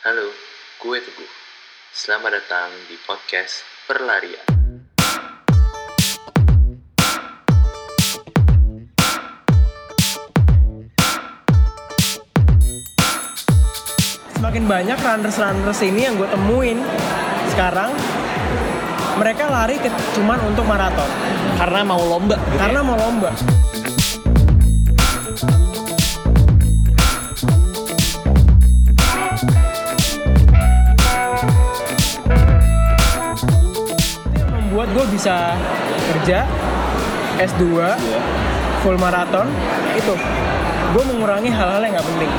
Halo, gue Teguh. Selamat datang di podcast Perlarian. Semakin banyak runners ini yang gue temuin sekarang, mereka lari cuman untuk maraton. Karena mau lomba gitu. Karena mau lomba. Itu yang membuat gue bisa kerja S2 full maraton. Itu gue mengurangi hal-hal yang gak penting.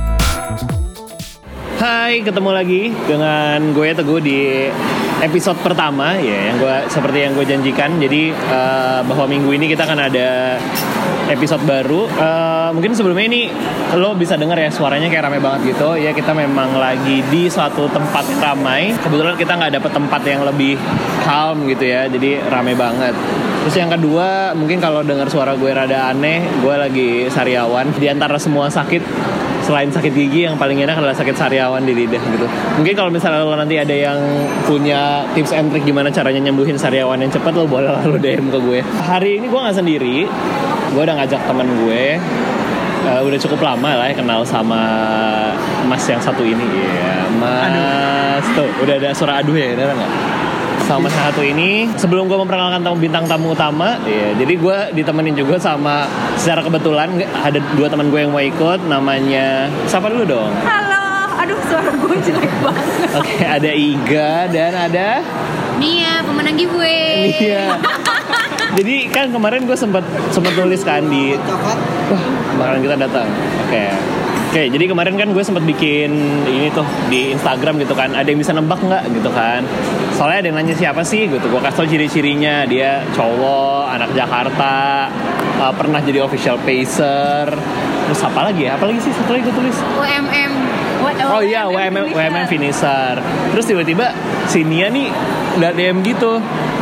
Hai, ketemu lagi dengan gue Teguh di episode pertama ya, yang gue seperti yang gue janjikan. Jadi bahwa minggu ini kita akan ada episode baru. Mungkin sebelumnya ini lo bisa dengar ya suaranya kayak ramai banget gitu. Ya kita memang lagi di suatu tempat ramai. Kebetulan kita nggak dapet tempat yang lebih calm gitu ya. Jadi ramai banget. Terus yang kedua, mungkin kalau dengar suara gue rada aneh, gue lagi sariawan. Di antara semua sakit, selain sakit gigi, yang paling enak adalah sakit sariawan di lidah gitu. Mungkin kalau misalnya lo nanti ada yang punya tips and trick gimana caranya nyembuhin sariawan yang cepat, lo boleh lo DM ke gue. Hari ini gue gak sendiri. Gue udah ngajak teman gue. Udah cukup lama lah ya kenal sama Mas yang satu ini. Iya, Mas. Tuh, udah ada suara aduh ya, bener gak? Sama Mas yang satu ini. Sebelum gue memperkenalkan bintang tamu utama, ya, jadi gue ditemenin juga sama, secara kebetulan ada dua teman gue yang mau ikut. Namanya, siapa dulu dong? Halo, aduh suara gue jelek banget. Oke, ada Iga dan ada Nia, pemenang giveaway. Nia. Jadi kan kemarin gue sempat nulis kan di, wah bakalan kita datang. Oke, jadi kemarin kan gue sempat bikin ini tuh di Instagram gitu kan. Ada yang bisa nebak nggak gitu kan? Soalnya ada yang nanya siapa sih gitu. Gue kasih tau ciri-cirinya. Dia cowok, anak Jakarta, pernah jadi official pacer. Terus apa lagi ya? Apa lagi sih? Satu lagi gue tulis. Oh iya, WMM finisher. Terus tiba-tiba si Nia nih udah DM gitu.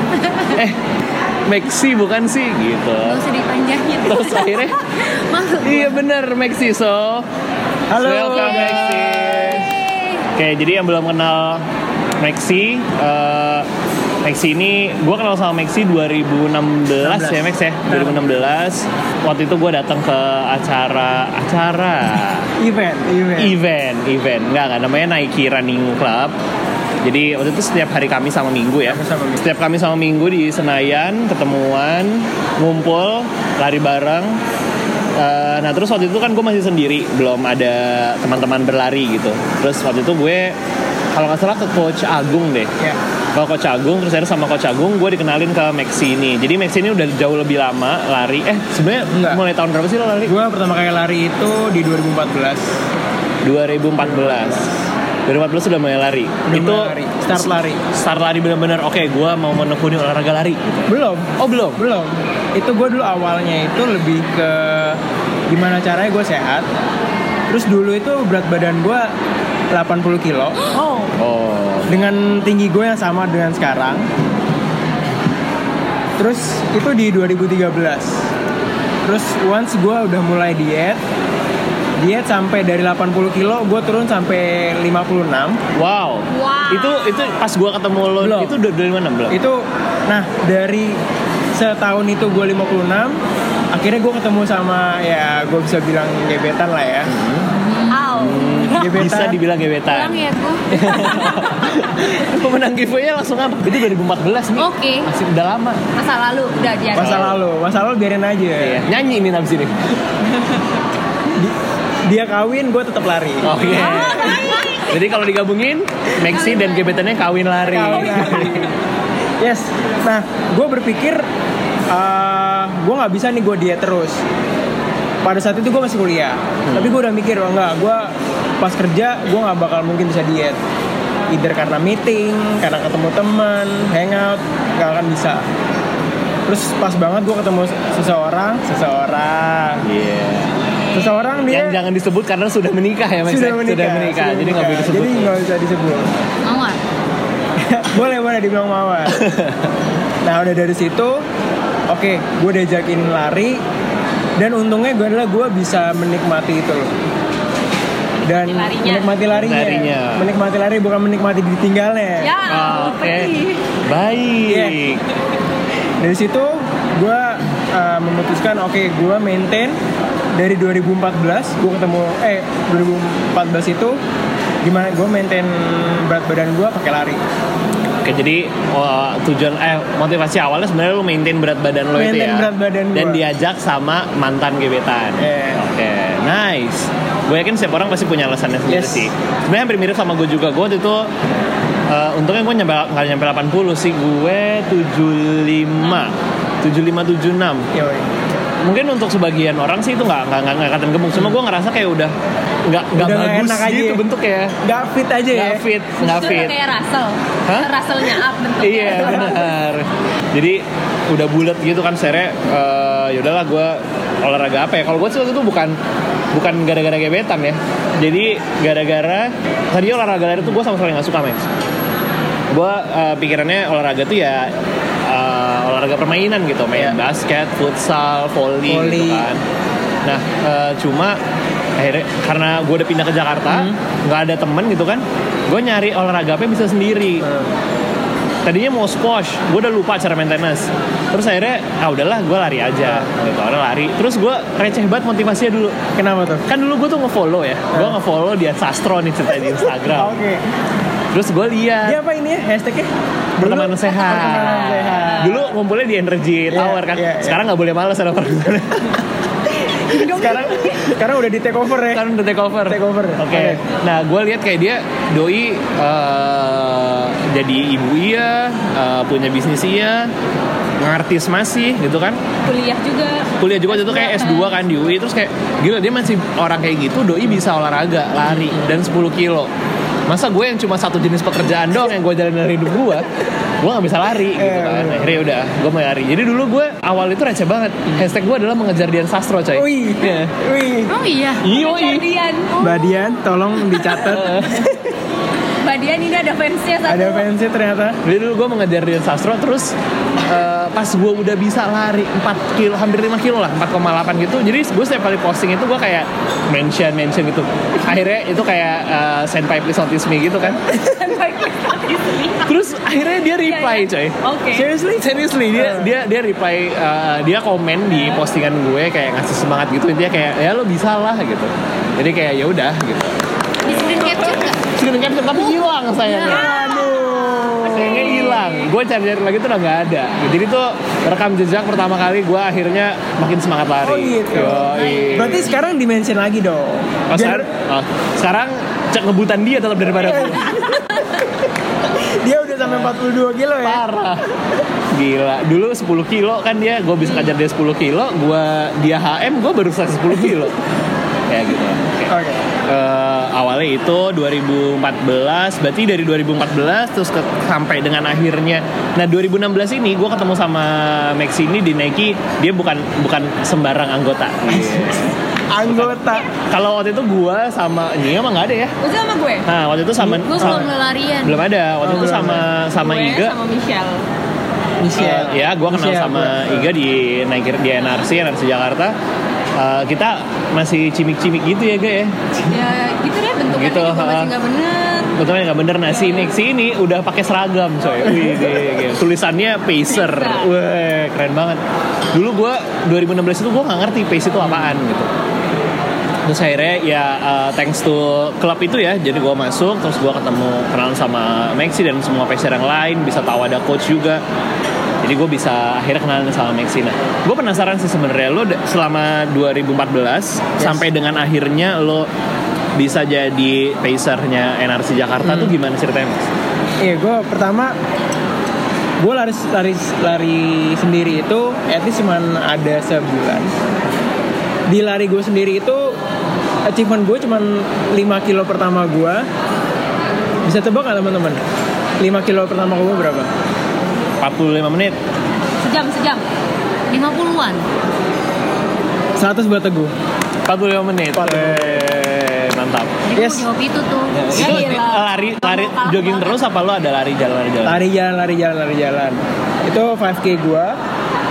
Maxi bukan sih gitu. Gak usah dipanjangin. Terus akhirnya iya bener Maxi. So Halo. welcome Maxi. Oke, jadi yang belum kenal Maxi, Maxi ini gue kenal sama Maxi 2016 ya Max ya. 2016 waktu itu gue datang ke acara event nggak namanya Nike Running Club. Jadi waktu itu setiap hari Kamis sama Minggu ya. Setiap Kamis sama Minggu di Senayan ketemuan, ngumpul, lari bareng. Nah terus waktu itu kan gue masih sendiri, belum ada teman-teman berlari gitu. Terus waktu itu gue kalau nggak salah ke Coach Agung deh. Yeah. Kalau Coach Agung, terus akhirnya sama Coach Agung gue dikenalin ke Maxi ini. Jadi Maxi ini udah jauh lebih lama lari. Sebenarnya mulai tahun berapa sih lo lari? Gue pertama kali lari itu di 2014. 2014 sudah mulai lari. Start lari benar-benar. Oke, gue mau menekuni olahraga lari gitu. Belum. Belum. Itu gue dulu awalnya itu lebih ke gimana caranya gue sehat. Terus dulu itu berat badan gue 80 kilo. Oh. Dengan tinggi gue yang sama dengan sekarang. Terus itu di 2013. Terus once gue udah mulai diet sampai dari 80 kilo gue turun sampai 56. Wow. Itu pas gue ketemu lo belum. Itu dari mana belum? Itu dari setahun itu gue 56. Akhirnya gue ketemu sama, ya gue bisa bilang gebetan lah ya. Gebetan. Bisa dibilang gebetan. Pulang ya gue. Pemenang giveaway-nya langsung apa? Itu 2014 nih. Oke. Masih udah lama. Masa lalu udah biasa. Masa lalu biarin aja. Iya. Nyanyi ini abis ini. Dia kawin, gue tetap lari. Oke. Jadi kalau digabungin, Maxi dan gebetannya kawin lari. Yes. Nah, gue berpikir gue nggak bisa nih gue diet terus. Pada saat itu gue masih kuliah. Tapi gue udah mikir, gue pas kerja gue nggak bakal mungkin bisa diet. Either karena meeting, karena ketemu teman, hangout, nggak akan bisa. Terus pas banget gue ketemu seseorang. Seseorang dia yang jangan disebut karena sudah menikah ya Mas. Sudah menikah. Jadi nggak boleh disebut. Jadi nggak bisa disebut. Mawar. boleh dibilang mawar. Nah udah dari situ, oke, gue diajakin lari. Dan untungnya gue bisa menikmati itu loh. dan menikmati larinya. Menikmati lari bukan menikmati ditinggalnya. Ya, Oke. Baik. Dari situ gue memutuskan gue maintain dari 2014 gue ketemu 2014 itu gimana gue maintain berat badan gue pakai lari. Oke, jadi tujuan motivasi awalnya sebenarnya lu maintain berat badan lo itu ya. Berat badan dan gua. diajak sama mantan gebetan. Oke, nice. Gue yakin setiap orang pasti punya alasannya sendiri sih. Sebenarnya hampir mirip sama gue juga. Gue waktu itu untungnya gue nggak nyampe 80 sih. Gue 76. Yoi. Mungkin untuk sebagian orang sih itu nggak kelihatan gemuk. Cuma gue ngerasa kayak udah nggak bagus gitu bentuknya. Nggak fit aja ya. Nggak fit. Kayak Russell. Russellnya up bentuknya. Iya benar. Jadi udah bulat gitu kan sebenarnya. Yaudahlah gue olahraga apa ya? Kalau gue sih waktu itu bukan gara-gara gebetan ya. Jadi gara-gara tadi olahraga lari itu gue sama sekali nggak suka, Max. Gue pikirannya olahraga tuh ya olahraga permainan gitu, main basket, futsal, volley gitu kan. Nah cuma akhirnya karena gue udah pindah ke Jakarta, nggak ada temen gitu kan, gue nyari olahraga apa bisa sendiri. Tadinya mau squash, gue udah lupa cara main tenis. Terus akhirnya, udahlah gue lari aja. Gitu, lari. Terus gue receh banget motivasinya dulu. Kenapa tuh? Kan dulu gue tuh nge-follow ya. Gue nge-follow dia Sastro nih cerita di Instagram. Oke. Terus gue lihat. Dia apa ini ya hashtagnya? Pertemanan sehat. Dulu ngumpulnya di Energy Tower kan. Sekarang nggak boleh malas ada pertemanan. Sekarang udah di take over ya. Sekarang udah take over. Oke. Nah, gue lihat kayak dia doi jadi ibu punya bisnis ngartis masih gitu kan. Kuliah juga itu kayak S2 kan di UI. Terus kayak gila dia masih orang kayak gitu doi bisa olahraga, lari dan 10 kilo. Masa gue yang cuma satu jenis pekerjaan doang yang gue jalanin dari hidup gue gak bisa lari gitu kan. Akhirnya udah gue mau lari. Jadi dulu gue awal itu receh banget. Hashtag gue adalah mengejar Dian Sastro coy. Wih. Oh iya. Mengejar Dian. Mbak Dian tolong dicatat. Mbak Dian ini ada fansnya satu. Ada fansnya ternyata. Jadi dulu gue mengejar Dian Sastro. Terus pas gue udah bisa lari 4 kilo, hampir 5 kilo lah, 4,8 gitu. Jadi gue setiap kali posting itu gue kayak mention gitu. Akhirnya itu kayak senpai please notice me gitu kan. Terus akhirnya dia reply coy. Oke. Seriously dia reply, dia komen di postingan gue kayak ngasih semangat gitu. Intinya kayak ya lo bisa lah gitu. Jadi kayak ya udah gitu. Di screen capture nggak? Screen capture tapi hilang sayangnya. Sayangnya hilang. Gue cari-cari lagi tuh udah nggak ada. Jadi tuh rekam jejak pertama kali gue akhirnya makin semangat lari. Oh gitu. Berarti sekarang dimention lagi dong. Sekarang cek ngebutan dia tetap daripada gue. Dia udah sampai 42 kilo ya. Parah. Gila. Dulu 10 kilo kan dia, gue bisa kejar dia 10 kilo, dia HM, gue baru 10 kilo. Kayak gitu. Oke. Awalnya itu 2014, berarti dari 2014 terus sampai dengan akhirnya. Nah 2016 ini gue ketemu sama Max ini di Nike, dia bukan sembarang anggota. Anggota. Kalau waktu itu gue sama ini emang nggak ada ya? Gue sama gue. Nah waktu itu sama Gue belum larian. belum ada. Waktu itu sama gue Iga. sama Michelle. Ya gue kenal sama Iga di NRC Jakarta. Kita masih cimik-cimik gitu ya, Ga ya? Ya gitu deh bentuknya Gitu, juga masih nggak bener. Bentuknya nggak bener. Nah si ini udah pakai seragam coy. Wih, tulisannya Pacer. Wah keren banget. Dulu gue 2016 itu gue nggak ngerti Pace itu apaan gitu. Terus akhirnya ya thanks to klub itu ya, jadi gue masuk, terus gue kenalan sama Maxi dan semua Pacer yang lain, bisa tahu ada coach juga. Jadi gue bisa akhirnya kenalan sama Maxi. Nah, gue penasaran sih sebenarnya lo selama 2014 sampai dengan akhirnya lo bisa jadi pacernya NRC Jakarta tuh gimana ceritanya, Mas? Iya, gue pertama gue lari sendiri itu at least cuma ada sebulan. Di lari gue sendiri itu achievement gue cuma 5 kilo pertama gue. Bisa tebak gak teman-teman? 5 kilo pertama gue berapa? 45 menit. Sejam 50-an. 100 buat Teguh. 45 menit. Mantap. Yes. Jawab itu tuh. Itu lari jogging terus apa lo ada lari jalan? Lari jalan. Itu 5K gue.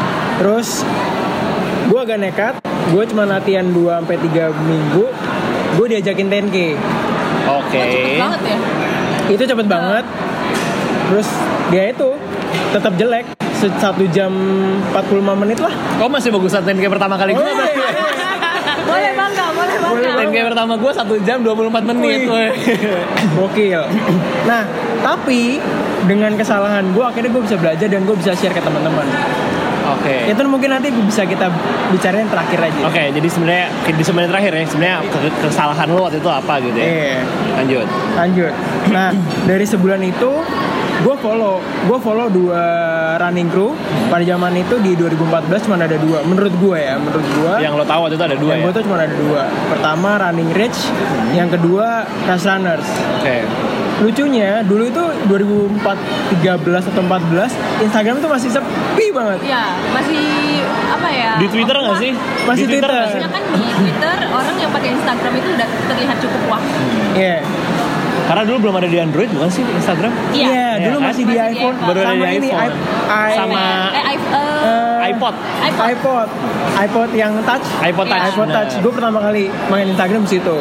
Terus gue agak nekat. Gue cuma latihan 2-3 minggu. gue diajakin 10K. Oke. Oh, cepet banget ya. Itu cepet banget. Terus dia itu tetap jelek. 1 jam 45 menit lah. Oh masih bagusan 10K pertama kali gue. Boleh bangga, boleh bangga. 10K pertama gue 1 jam 24 menit. Wih. Gokil. Nah, tapi dengan kesalahan gue akhirnya gue bisa belajar dan gue bisa share ke teman-teman. Oke. Itu mungkin nanti bisa kita bicarain terakhir aja. Oke, jadi sebenarnya di sebenarnya terakhir ya, sebenarnya kesalahan lo waktu itu apa gitu ya? Iya. Lanjut. Nah, dari sebulan itu gue follow 2 running crew. Pada zaman itu di 2014 cuma ada 2. Menurut gue. Yang lo tahu waktu itu ada 2 ya? Yang gue tuh cuma ada 2. Pertama Running Rich, yang kedua Rush Runners. Oke. Lucunya dulu itu 2013 atau 14 Instagram tuh masih sepi banget. Ya, masih apa ya? Di Twitter nggak sih? Masih Di Twitter. nggak sih? Karena kan di Twitter orang yang pakai Instagram itu udah terlihat cukup wah. Iya. Karena dulu belum ada di Android bukan sih Instagram? Iya, dulu kan? masih di Masih di iPhone. Baru ada sama di ini iPhone. Sama iPod. iPod yang touch. iPod Touch. iPod bener. Touch. Gue pertama kali main Instagram di situ.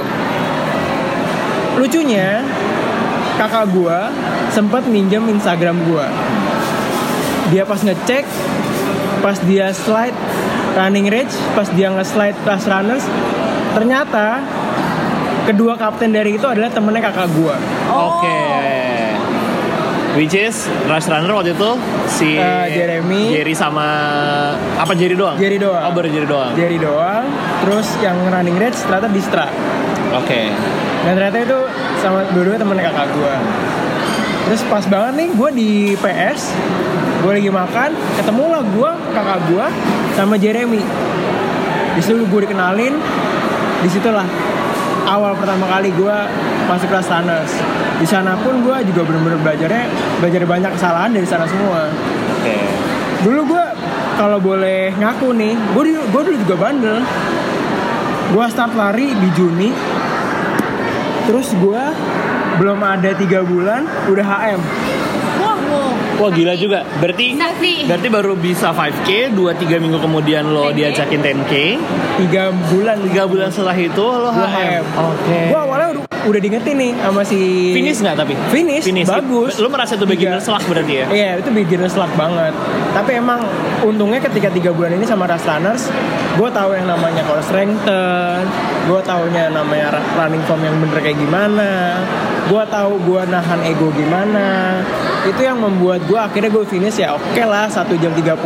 Lucunya kakak gue sempat minjem Instagram gue. Dia pas ngecek, pas dia slide Running Rage, pas dia nge-slide Rush Runners, ternyata kedua kapten dari itu adalah temennya kakak gue. Oke. Which is Rush Runner waktu itu si Jerry sama apa Jerry doang? Jerry doang. Oh baru Jerry doang. Jerry doang. Terus yang Running Rage ternyata Distra. Oke. Dan ternyata itu sama dua-dua temennya kakak gue. Terus pas banget nih gue di PS, gue lagi makan, ketemulah gue, kakak gue sama Jeremy. Di situ gue dikenalin, disitulah awal pertama kali gue masuk Rush Runners. Di sana pun gue juga benar-benar belajar banyak kesalahan dari sana semua. Oke. Dulu gue kalau boleh ngaku nih, gue dulu juga bandel. Gue start lari di Juni, terus gue belum ada 3 bulan udah HM. Wah gila juga. Berarti baru bisa 5K 2-3 minggu kemudian lo 10K. diajakin 10K. 3 bulan 3 bulan setelah itu lo HM. Oke. Gue awalnya udah diingetin nih sama si Finish nggak tapi? Finish, bagus. Lo merasa itu beginner's luck berarti ya? Iya, itu beginner's luck banget. Tapi emang untungnya ketika 3 bulan ini sama Rush Runners, gue tahu yang namanya core strengthen, gue taunya namanya running form yang bener kayak gimana, gue tahu gue nahan ego gimana. Itu yang membuat gue akhirnya gue finish ya oke lah 2 jam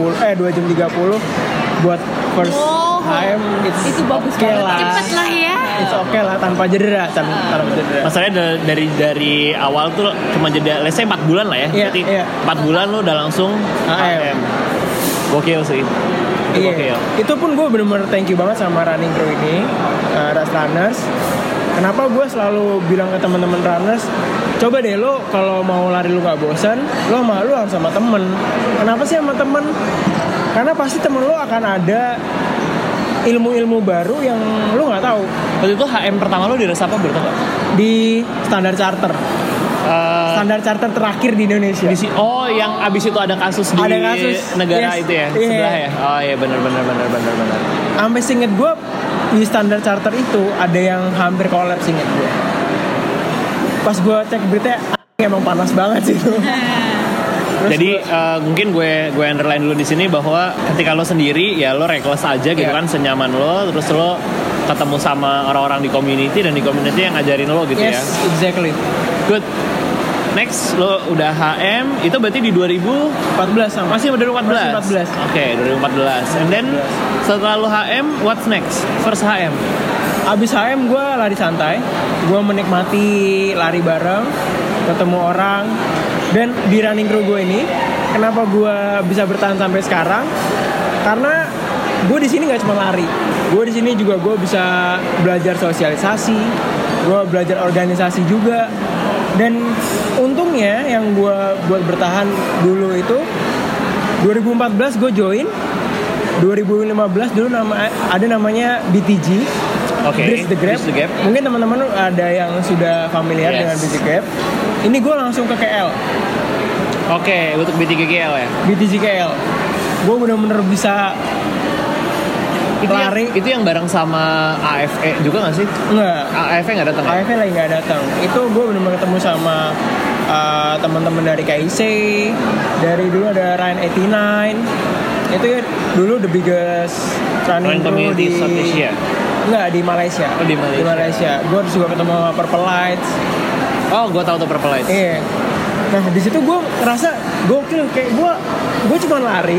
30 buat first HM itu bagus okay banget. lah. Cepet lah ya. It's okay lah tanpa cedera. Masalahnya dari awal tuh cuma jeda, let's say 4 bulan lah ya. Iya, Berarti iya. 4 bulan lo udah langsung HM. Gokil sih. Itu gokil. Itu pun gue bener-bener thank you banget sama running crew ini, Rush Runners. Kenapa gue selalu bilang ke teman-teman runners, coba deh lo kalau mau lari lo nggak bosan, lo harus sama temen. Kenapa sih sama temen? Karena pasti temen lo akan ada ilmu-ilmu baru yang lo nggak tahu. Waktu itu HM pertama lo di res apa berarti? Di Standard Charter. Standar Charter terakhir di Indonesia. Yang abis itu ada kasus di negara yes, itu ya, yeah. sebelah ya. Oh iya benar. Sampai seinget gue di Standar Charter itu ada yang hampir collapse seinget gue. Pas gue cek berita emang panas banget sih itu. Jadi mungkin gue underline dulu di sini bahwa ketika lo sendiri ya lo reckless aja gitu kan, senyaman lo, terus lo ketemu sama orang-orang di community dan di community yang ngajarin lo gitu ya. Yes, exactly. Good. Next lo udah HM itu berarti di 2014 sama. Masih 2014. Masih 14. Oke, 2014. And then setelah lo HM, what's next? First HM. Abis HM gue lari santai, gue menikmati lari bareng, ketemu orang. Dan di running crew gue ini, kenapa gue bisa bertahan sampai sekarang? Karena gue di sini nggak cuma lari, gue di sini juga gue bisa belajar sosialisasi, gue belajar organisasi juga. Dan untungnya yang gue buat bertahan dulu itu 2014 gue join, 2015 dulu ada namanya BTG. Bridge the Gap. Mungkin teman-teman ada yang sudah familiar dengan Bridge the Gap. Ini gue langsung ke KL. Oke, untuk BTG KL ya? BTG KL. Gue bener-bener bisa Itu yang bareng sama AFE juga nggak sih? Enggak. AFE nggak datang. AFE lagi nggak datang. Itu gue benar-benar ketemu sama teman-teman dari KIC. Dari dulu ada Ryan 89. Itu ya dulu the biggest running crew di South Asia. Enggak, di Malaysia. Oh, di Malaysia. Gue juga ketemu sama Purple Lights. Oh, gue tahu tuh Purple Lights. Iya. Nah, di situ gue ngerasa gokil, kayak gue cuma lari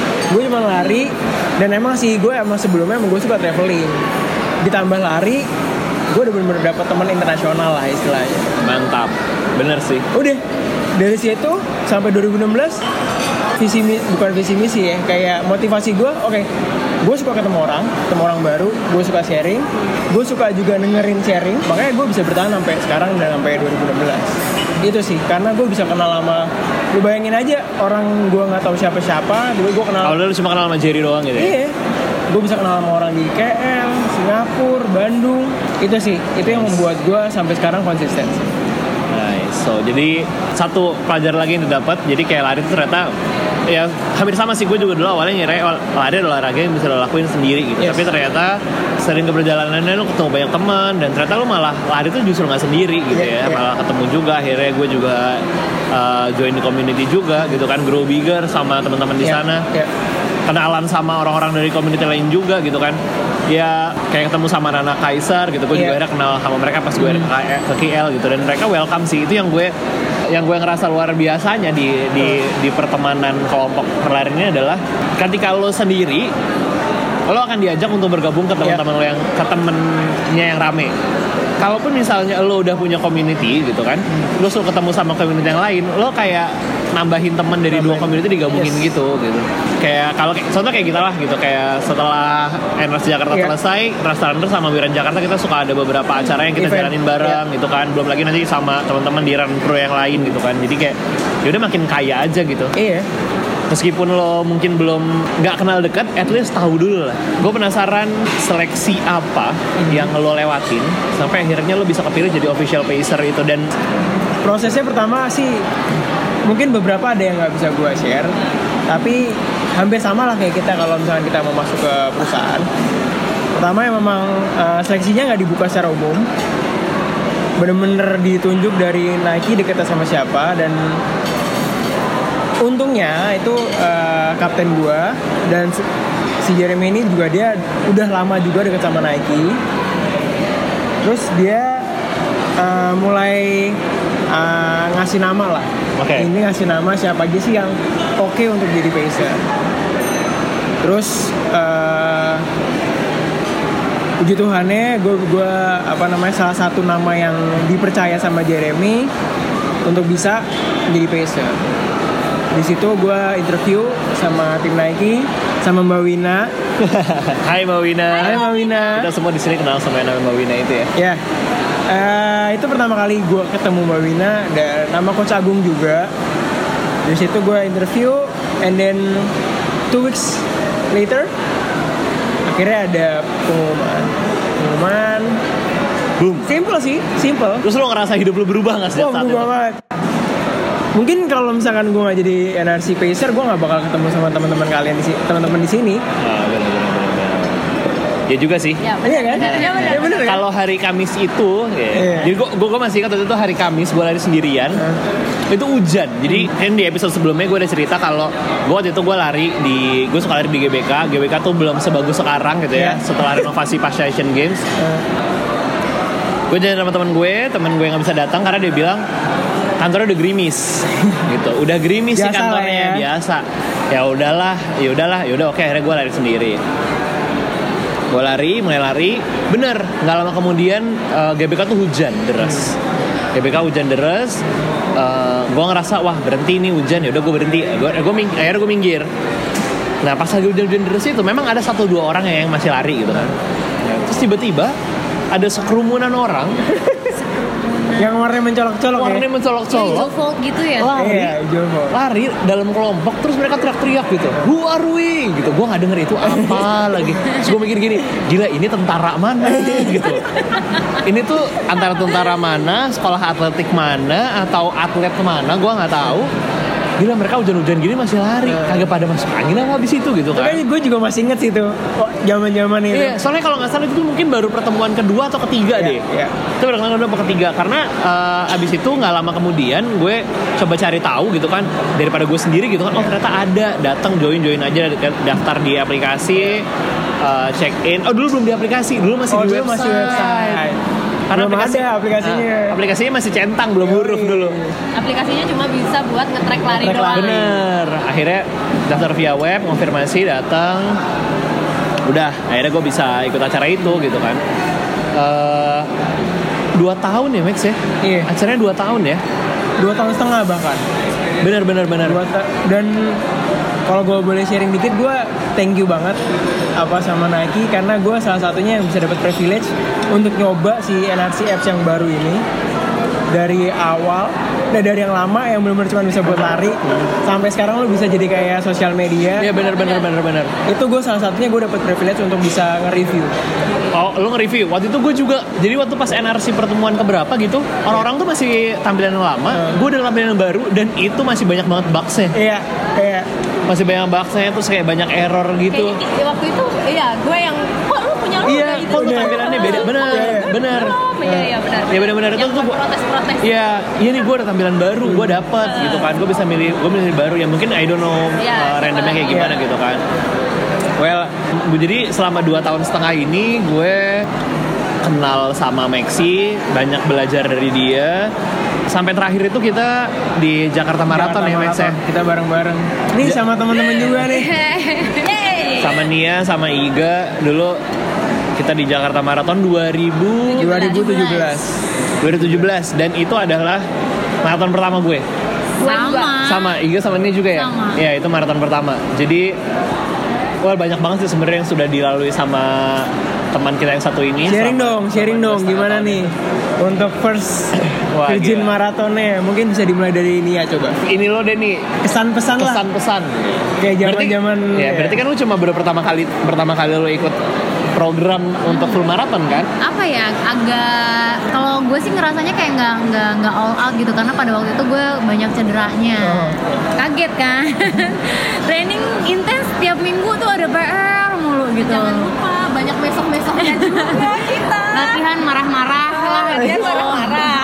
dan emang sih gue emang sebelumnya gue suka traveling. Ditambah lari, gue udah bener-bener dapet teman internasional lah istilahnya. Mantap. Bener sih. Udah dari situ sampai 2016 bukan visi misi ya, kayak motivasi gue, oke, gue suka ketemu orang baru, gue suka sharing, gue suka juga dengerin sharing, makanya gue bisa bertahan sampai sekarang dan sampai 2016. Itu sih, karena gue bisa kenal sama, lu bayangin aja orang gue nggak tahu siapa-siapa, dulu gue kenal. Lu cuma kenal sama Jerry doang gitu ya? Iya, gue bisa kenal sama orang di KL, Singapura, Bandung. Itu sih, itu yang membuat gue sampai sekarang konsisten. Nice. So jadi satu pelajaran lagi yang didapat, jadi kayak lari itu ternyata ya hampir sama sih. Gue juga dulu awalnya ngira lari adalah olahraga yang bisa lo lakuin sendiri gitu. Yes. Tapi ternyata sering keberjalanannya lo ketemu banyak teman, dan ternyata lo malah lari itu justru nggak sendiri gitu ya. Malah ketemu juga. Akhirnya gue juga join di community juga gitu kan, Grow Bigger sama teman-teman di sana. Kenalan sama orang-orang dari community lain juga gitu kan. Ya kayak ketemu sama Rana Kaisar gitu. Gue juga akhirnya kenal sama mereka pas gue ke KL gitu, dan mereka welcome sih. Itu yang gue ngerasa luar biasanya di pertemanan kelompok berlari ini adalah ketika lo sendiri, lo akan diajak untuk bergabung ke teman-teman lo yang ke temennya yang rame. Kalaupun misalnya lo udah punya community gitu kan, lo suruh ketemu sama community yang lain, lo kayak nambahin teman dari dua community digabungin gitu. Kayak kalau contoh kayak kita lah gitu, kayak setelah Energi Jakarta selesai, Restaurander sama Wiran Jakarta kita suka ada beberapa acara yang kita jalanin bareng gitu kan. Belum lagi nanti sama teman-teman di Run Pro yang lain gitu kan. Jadi kayak yaudah makin kaya aja gitu. Iya. Meskipun lo mungkin belum nggak kenal dekat, at least tahu dulu lah. Gue penasaran seleksi apa yang lo lewatin sampai akhirnya lo bisa kepilih jadi official pacer itu. Dan prosesnya pertama sih mungkin beberapa ada yang nggak bisa gue share, tapi hampir sama lah kayak kita kalau misalnya kita mau masuk ke perusahaan. Pertama yang memang seleksinya nggak dibuka secara umum, bener-bener ditunjuk dari Nike deketnya sama siapa. Dan untungnya itu kapten gue dan si Jeremy ini juga dia udah lama juga deket sama Nike. Terus dia mulai ngasih nama lah. Ini ngasih nama siapa aja sih yang oke untuk jadi pacer. Terus puji Tuhannya gue salah satu nama yang dipercaya sama Jeremy untuk bisa jadi pacer. Di situ gue interview sama tim Nike, sama Mbak Wina. Hai Mbak Wina. Hai Mbak Wina. Kita semua di sini kenal sama yang namanya Mbak Wina itu ya. Ya. Itu pertama kali gue ketemu Mbak Wina, dan nama Coach Agung juga. Di situ gue interview, and then 2 weeks later akhirnya ada pengumuman. Boom. Simple. Terus lo ngerasa hidup lo berubah nggak sih? Berubah banget. Mungkin kalau misalkan gue nggak jadi NRC Pacer, gue nggak bakal ketemu sama teman-teman kalian teman-teman di sini. Benar. Ya juga sih. Ya, iya kan? Ya, bener kan? Kalau hari Kamis itu, jadi gue masih ingat waktu itu hari Kamis gue lari sendirian. Itu hujan. Jadi kan di episode sebelumnya gue udah cerita kalau gue waktu itu gue suka lari di GBK. GBK tuh belum sebagus sekarang gitu ya. Setelah renovasi pasca Asian Games. Gue jalan sama temen gue yang nggak bisa datang karena dia bilang kantornya udah gerimis gitu. Udah gerimis sih kantornya, biasa. Ya udahlah, oke, akhirnya gue lari sendiri. Gue mulai lari, bener. Nggak lama kemudian GBK tuh hujan deras. Gue ngerasa wah berhenti nih hujan, ya udah gue berhenti. Akhirnya gue minggir. Nah pas lagi hujan deras itu memang ada 1-2 orang yang masih lari gitu kan. Terus tiba-tiba ada sekerumunan orang yang warnanya mencolok-colok. Hijau Volt gitu ya? Lari dalam kelompok, terus mereka teriak-teriak gitu. Who are we? Gitu. Gue gak denger itu apa lagi. Terus gue mikir gini, gila ini tentara mana gitu. Ini tuh antara tentara mana, sekolah atletik mana, atau atlet mana, gue gak tahu. gila mereka hujan-hujan gini masih lari, kagak pada masuk angin apa habis itu gitu kan. Tapi gue juga masih inget sih itu zaman-zaman itu. Iya, soalnya kalau nggak salah itu mungkin baru pertemuan kedua atau ketiga deh. Iya. Itu baru kedua atau ketiga karena abis itu nggak lama kemudian gue coba cari tahu gitu kan daripada gue sendiri gitu kan. Oh ternyata ada, datang join aja, daftar di aplikasi, check in. Oh dulu belum di aplikasi, dulu masih di website. Masih website. Karena belum ada aplikasinya. Aplikasinya masih centang, belum huruf dulu. Aplikasinya cuma bisa buat nge-track lari doang. Bener. Akhirnya daftar via web, konfirmasi, datang. Udah, akhirnya gue bisa ikut acara itu gitu kan. 2 tahun ya Max ya? Iya. Acaranya 2 tahun ya? 2 tahun setengah bahkan. Bener. Dan kalau gue boleh sharing dikit, gue thank you banget sama Nike karena gue salah satunya yang bisa dapat privilege untuk nyoba si NRC apps yang baru ini dari awal. Dan dari yang lama yang benar-benar cuma bisa buat lari sampai sekarang lu bisa jadi kayak sosial media. Iya benar. Itu gue salah satunya gue dapat privilege untuk bisa nge-review. Oh, lu nge-review. Waktu itu gue juga. Jadi waktu pas NRC pertemuan keberapa gitu, orang-orang tuh masih tampilan yang lama, gue udah tampilan yang baru dan itu masih banyak banget bugs-nya. Iya. Masih banyak bugs-nya terus kayak banyak error gitu. Kayak waktu itu gue yang kok lu punya lu Iya, itu. kok lu tampilannya beda. Bener. Iya benar. Ya benar itu tuh protes-protes. Iya nih gue ada tampilan baru, gue dapet gitu kan, gue milih baru yang mungkin I don't know randomnya kayak gimana gitu kan. Well, jadi selama 2 tahun setengah ini gue kenal sama Maxi, banyak belajar dari dia. Sampai terakhir itu kita di Jakarta Marathon ya Max ya. Kita bareng-bareng. Nih sama teman-teman juga nih. Sama Nia, sama Iga dulu kita di Jakarta Marathon 2017 dan itu adalah maraton pertama gue. Sama Iga sama Nia juga ya. Ya itu maraton pertama. Jadi banyak banget sih sebenarnya yang sudah dilalui sama teman kita yang satu ini. Sharing dong gimana nih untuk first Virgin Marathonnya. Mungkin bisa dimulai dari Nia coba. Ini lo deh nih kesan-pesan lah. Kayak zaman-zaman. Ya berarti kan lu cuma baru pertama kali lo ikut program untuk full marathon kan? Apa ya, agak kalau gue sih ngerasanya kayak nggak all out gitu karena pada waktu itu gue banyak cederanya. Kaget kan? Training intens tiap minggu tuh ada PR mulu gitu. Jangan lupa banyak besok-besoknya juga kita. Latihan marah-marah lah gitu. Marah-marah.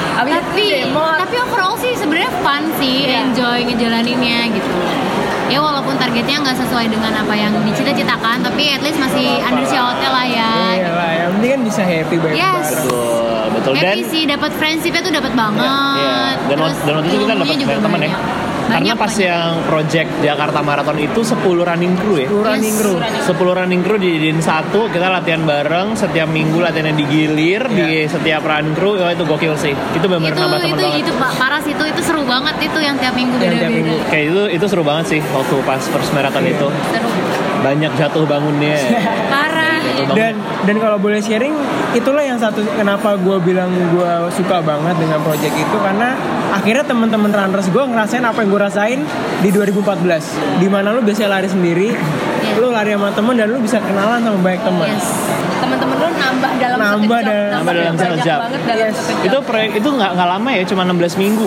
Tapi overall sih sebenarnya fun sih, enjoy ngejalaninnya gitu. Ya walaupun targetnya nggak sesuai dengan apa yang dicita-citakan, tapi at least masih under shout-nya lah ya. Iya lah, yang penting kan bisa happy bareng. Yes. Betul. Happy Dan sih, dapat friendshipnya tuh dapat banget. Iya. Dan waktu itu kita dapat banyak teman ya. Karena pas yang project Jakarta Marathon itu 10 running crew ya. 10 running crew dijadiin satu, kita latihan bareng setiap minggu, latihannya digilir di setiap running crew. Itu gokil sih. Itu benar-benar nambah teman banget. Itu parah sih, itu seru banget itu yang tiap minggu beda-beda. Kayak itu seru banget sih waktu pas first marathon itu. Seru. Banyak jatuh bangunnya. Parah. Dan kalau boleh sharing, itulah yang satu kenapa gue bilang gue suka banget dengan project itu karena akhirnya teman-teman runners gue ngerasain apa yang gue rasain di 2014, di mana lu biasanya lari sendiri, lu lari sama temen dan lu bisa kenalan sama banyak teman. Teman-teman lu nambah dalam satu jam. Itu proyek itu nggak lama ya, cuma 16 minggu.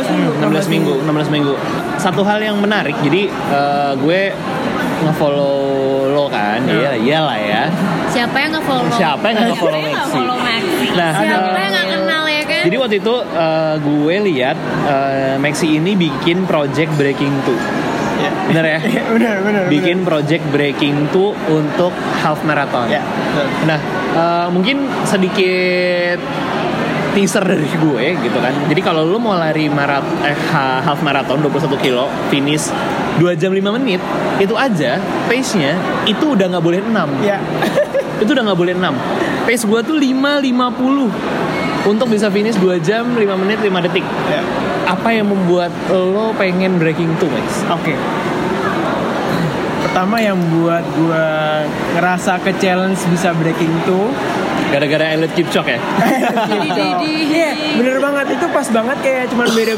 16 minggu. Satu hal yang menarik, jadi gue nge-follow lo kan, iyalah ya. Siapa yang nge-follow Maxi? Nah, siapa yang nggak kenal ya kan? Jadi waktu itu gue lihat Maxi ini bikin project Breaking 2. Bener ya? Bener. Bikin project Breaking 2 untuk half marathon. Nah, mungkin sedikit teaser dari gue gitu kan. Jadi kalau lu mau lari half marathon 21 kilo, finish 2 jam 5 menit, itu aja pace-nya itu udah nggak boleh 6. Iya. Itu udah nggak boleh 6. Pace gue tuh 5:50 untuk bisa finish 2 jam 5 menit 5 detik. Ya. Apa yang membuat lo pengen Breaking 2, Max? Oke. Pertama yang buat gue ngerasa ke-challenge bisa Breaking 2 gara-gara Eliud Kipchoge ya? Iya, bener banget. Itu pas banget kayak cuma beda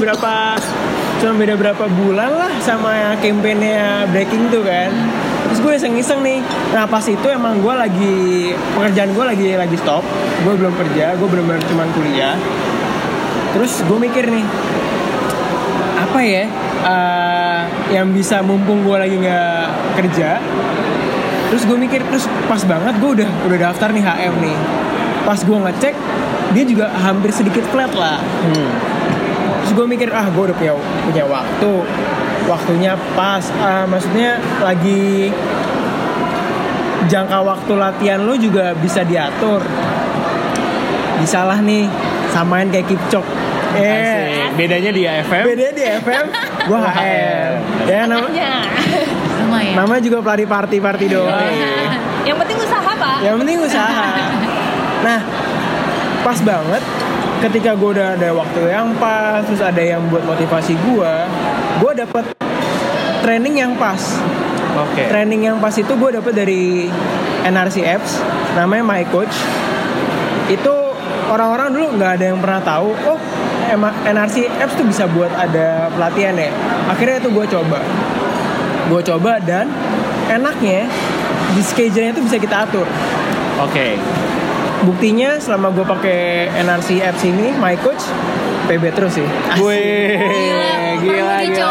berapa bulan lah sama campaign-nya Breaking 2 kan. Terus gue iseng-iseng nih. Nah pas itu emang gue pekerjaan gue lagi stop. Gue belum kerja, gue bener-bener cuma kuliah. Terus gue mikir nih, apa ya, yang bisa mumpung gue lagi nggak kerja. Terus gue mikir, terus pas banget gue udah daftar nih HM nih. Pas gue ngecek, dia juga hampir sedikit flat lah. Terus gue mikir, gue udah punya waktunya pas. Maksudnya lagi jangka waktu latihan lo juga bisa diatur. Bisalah nih samain kayak Kipchok. Bedanya di AFM. Gue HM. Ya namanya juga pelari party doang. Yang penting usaha, Pak. Yang penting usaha. Nah, pas banget ketika gue udah ada waktu yang pas, terus ada yang buat motivasi gue dapet training yang pas. Training yang pas itu gue dapet dari NRC Apps, namanya My Coach. Itu orang-orang dulu nggak ada yang pernah tahu. Oh, emang NRC Apps tuh bisa buat ada pelatihan ya. Akhirnya itu gue coba dan enaknya di schedule-nya itu bisa kita atur. Buktinya selama gue pakai NRC Apps ini, My Coach, PB terus sih. Gila.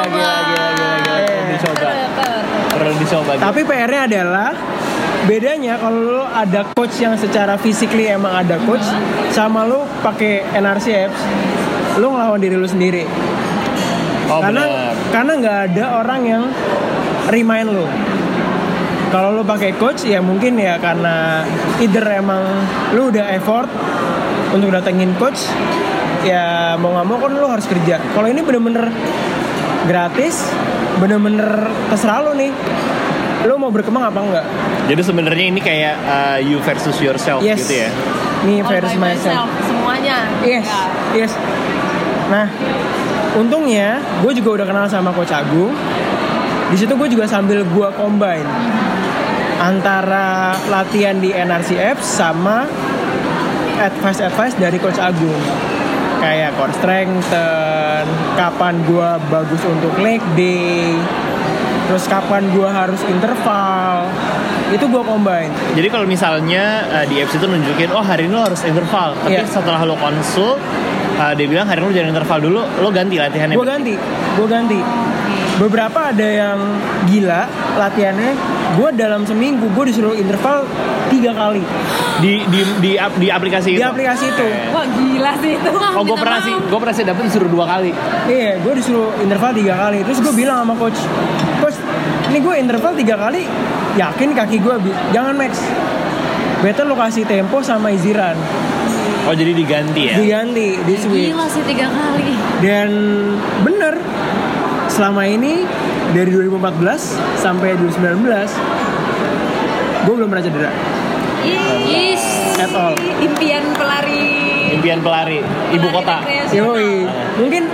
Perlu dicoba. Tapi PR-nya adalah bedanya kalau lo ada coach yang secara physically emang ada coach, sama lo pakai NRC Apps, lo ngelawan diri lo sendiri. Karena nggak ada orang yang remind lo. Kalau lo pakai coach ya mungkin ya karena either emang lo udah effort untuk datengin coach, ya mau nggak mau kan lo harus kerja. Kalau ini bener-bener gratis, bener-bener terserah lo nih, lo mau berkembang apa enggak. Jadi sebenarnya ini kayak you versus yourself gitu ya. Me versus myself. Semuanya. Yes. Nah, untungnya gue juga udah kenal sama Coach Agung. Di situ gue juga sambil gue combine antara latihan di NRC Apps sama advice dari Coach Agung. Kayak core strengthen, kapan gue bagus untuk leg day, terus kapan gue harus interval, itu gue combine. Jadi kalau misalnya di apps itu nunjukin, hari ini lo harus interval, tapi setelah lo konsul, dia bilang hari ini lo jangan interval dulu, lo ganti latihannya. Gue ganti. Beberapa ada yang gila latihannya, gue dalam seminggu gue disuruh interval 3 kali. Di aplikasi itu. Di aplikasi itu. Wah, gila sih itu. Gue pernah sih dapet disuruh 2 kali. Iya, gue disuruh interval 3 kali. Terus gue bilang sama coach, ini gue interval 3 kali, yakin kaki gue jangan max. Better lo kasih tempo sama easy run. Oh, jadi diganti ya? Diganti, di switch. Gila sih 3 kali. Dan bener, selama ini dari 2014 sampai 2019 gue belum pernah cedera. At all. Impian pelari ibu kota. Yoi. Mungkin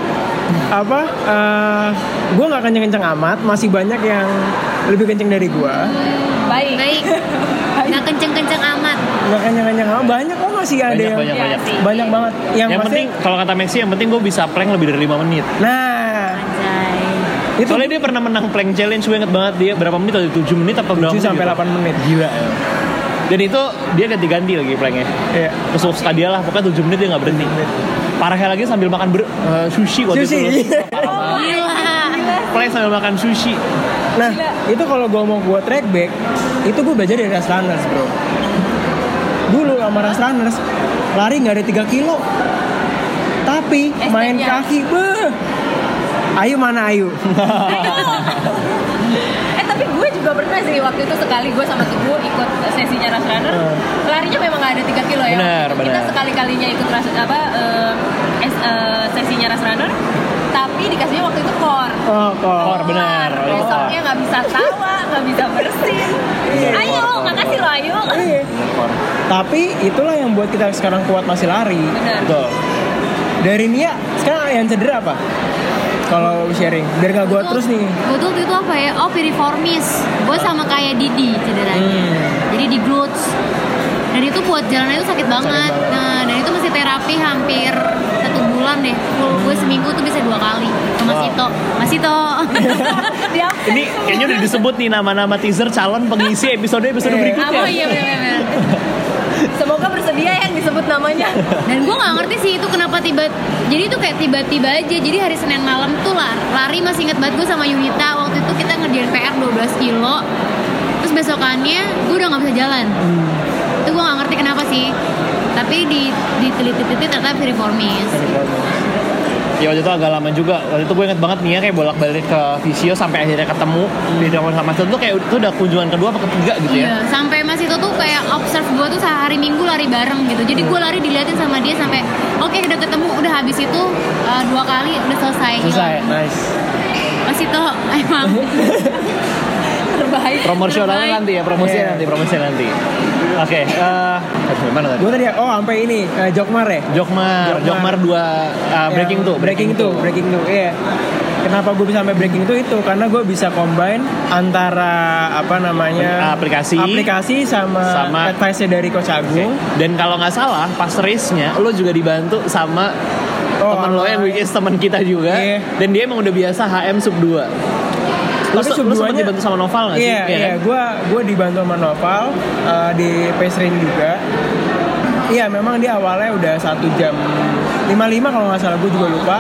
gue nggak kenceng-kenceng amat, masih banyak yang lebih kenceng dari gue. Baik. Nggak kenceng-kenceng amat. Banyak kok, masih ada yang banyak banget. Yang penting kalau kata Maxi, yang penting gue bisa plank lebih dari 5 menit. Nah, Anjay. Soalnya dia pernah menang plank challenge, gue inget banget dia berapa menit, 7 menit apa berapa menit? 7 sampai 8 menit. Gila. Dan itu dia ganti-ganti lagi planknya. Iya. Terus dia lah, pokoknya 7 menit dia gak berhenti. Parahnya lagi sambil makan sushi waktu itu. Plank sambil makan sushi. Nah, itu kalau gue mau buat track back, itu gue belajar dari Rush Runners, bro. Dulu sama Rush Runners lari gak ada 3 kilo, tapi main kaki, Ayu mana Ayu? Tapi gue juga pernah sih waktu itu sekali gue sama Teguh ikut sesinya Rush Runner. Larinya memang gak ada 3 kilo ya. Benar. Kita sekali-kalinya ikut sesinya Rush Runner, tapi dikasihnya waktu itu core. Core, benar. Besoknya gak bisa tawa, gak bisa bersin. Ayo, makasih lo Ayu. Tapi itulah yang buat kita sekarang kuat masih lari. Benar. Betul. Dari Nia, sekarang yang cedera apa? Kalau sharing, biar gak gue terus nih. Gue tuh itu apa ya? Piriformis. Gue sama kayak Didi cederanya. Jadi di glutes. Dan itu buat jalannya itu sakit banget. Nah, dan itu mesti terapi hampir 1 bulan deh. Gue seminggu tuh bisa 2 kali. Sama Sito. Ini kayaknya udah disebut nih nama-nama teaser calon pengisi episode berikutnya. Oh iya benar. Semoga bersedia yang disebut namanya. Dan gue nggak ngerti sih itu kenapa jadi itu kayak tiba-tiba aja. Jadi hari Senin malam tuh lari masih inget banget gue sama Yunita. Waktu itu kita ngerjain PR 12 kilo. Terus besokannya gue udah nggak bisa jalan. Itu gue nggak ngerti kenapa sih. Tapi diteliti-teliti ternyata piriformis. Ya waktu itu agak lama juga. Waktu itu gue inget banget Nia kayak bolak-balik ke Visio sampai akhirnya ketemu di dalam sama Mas itu kayak itu udah kunjungan kedua atau ketiga gitu ya. Iya, sampai Mas itu tuh kayak observe gue tuh hari Minggu lari bareng gitu. Jadi gue lari diliatin sama dia sampai oke, udah ketemu, udah habis itu 2 kali udah selesai. Nice. Mas itu emang Terbaik. Promosionalnya nanti ya, promosinya nanti. Oke, mana tadi? Gue tadi sampai ini Jokmar ya. Jokmar 2 Breaking 2. Iya. Kenapa gue bisa sampai breaking itu karena gue bisa combine antara aplikasi sama advice dari Coach Agung. Dan kalau nggak salah pas race-nya lo juga dibantu sama teman lo yang which is teman kita juga. Dan dia emang udah biasa HM sub 2. Lo sempat dibantu sama Noval nggak sih? Iya. Gue dibantu sama Noval di pace ring juga. Iya, memang dia awalnya udah 1 jam 55 kalau nggak salah, gue juga lupa.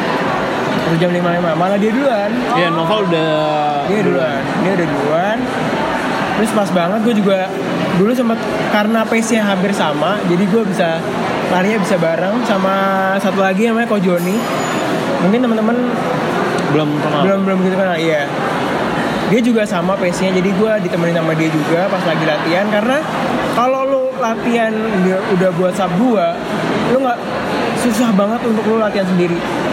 1 jam 55, malah dia duluan. Iya, Noval Dia udah duluan. Terus pas banget gue juga dulu sempat karena pace-nya hampir sama, jadi gue larinya bisa bareng sama satu lagi namanya Ko Joni. Mungkin teman-teman belum begitu kenal. Iya. Dia juga sama pace-nya, jadi gue ditemenin sama dia juga pas lagi latihan. Karena kalau lo latihan udah buat sub 2, lo nggak, susah banget untuk lo latihan sendiri.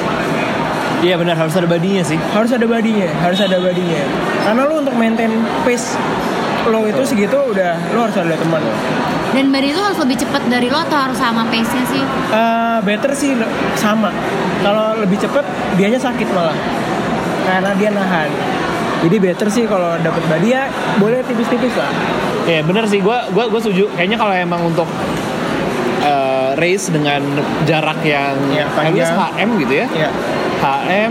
Iya benar, harus ada badinya sih. Harus ada badinya. Karena lo untuk maintain pace lo itu segitu udah lo harus ada teman. Dan badi itu harus lebih cepat dari lo atau harus sama pace-nya sih? Better sih sama. Kalau lebih cepat dianya sakit malah. Karena dia nahan. Jadi better sih kalau dapat badi ya boleh tipis-tipis lah. Iya benar sih, gue setuju. Kayaknya kalau emang untuk race dengan jarak yang panjang HM gitu ya. Iya. HM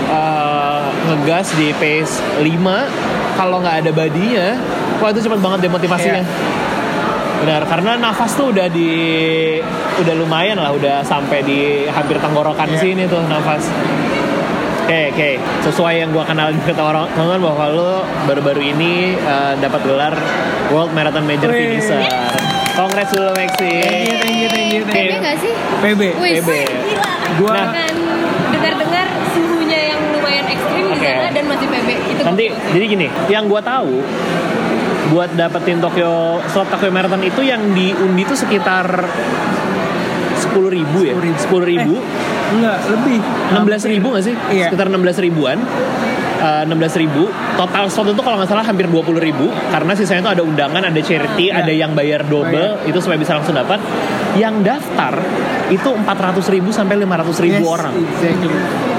ngegas di pace 5, kalau nggak ada badinya, wah itu cepet banget demotivasinya. Benar, karena nafas tuh udah lumayan lah, udah sampai di hampir tenggorokan sini tuh nafas. Oke. Sesuai yang gue kenal juga teman-teman bahwa lo baru-baru ini dapat gelar World Marathon Major Finisher. Congrats dulu Maxi. Thank you. PB nggak sih? PB. Gila. Gua dengar suhunya yang lumayan ekstrim di sana dan masih PB. Itu nanti jadi gini, yang gue tahu buat dapetin slot Tokyo Marathon itu yang diundi tuh sekitar 10.000 ya? 10.000? Enggak, lebih 16.000 nggak sih? Iya. Sekitar 16.000-an. 16.000 total slot itu kalau nggak salah hampir 20.000 karena sisanya itu ada undangan, ada charity, ada yang bayar double itu supaya bisa langsung dapat. Yang daftar itu 400.000 sampai 500.000 orang. Exactly.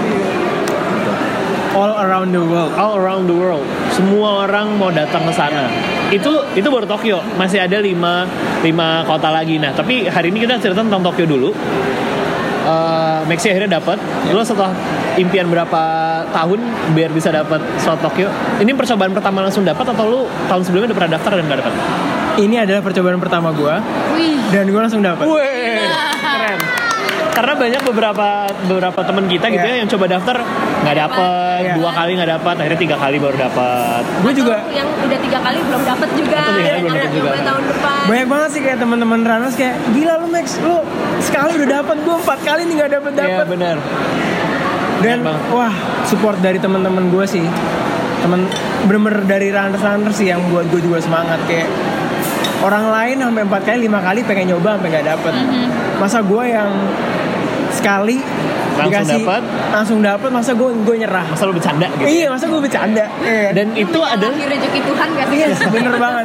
All around the world. Semua orang mau datang ke sana. Itu baru Tokyo. Masih ada 5 kota lagi. Nah, tapi hari ini kita cerita tentang Tokyo dulu. Maxi akhirnya dapat. Lo setelah impian berapa tahun biar bisa dapat slot Tokyo? Ini percobaan pertama langsung dapat atau lo tahun sebelumnya udah pernah daftar dan nggak dapat? Ini adalah percobaan pertama gue. Dan gue langsung dapat. Keren. Karena banyak beberapa teman kita gitu ya yang coba daftar nggak dapet, 2 kali nggak dapat, akhirnya 3 kali baru dapat. Gue juga yang udah 3 kali belum dapat juga. Tahun depan. Banyak banget sih kayak teman-teman runners kayak gila lu Max, lu sekali udah dapat, gue 4 kali nih nggak dapat. Iya benar. Dan wah support dari teman-teman gue sih, bener-bener dari runners sih yang buat gue juga semangat. Kayak orang lain sampai 4 kali 5 kali pengen nyoba sampai nggak dapet. Masa gue yang sekali langsung dapat, masa gue nyerah? Masa lu bercanda gitu? Iya, masa gue bercanda. Dan itu ada rezeki Tuhan gak sih? Yes, bener banget.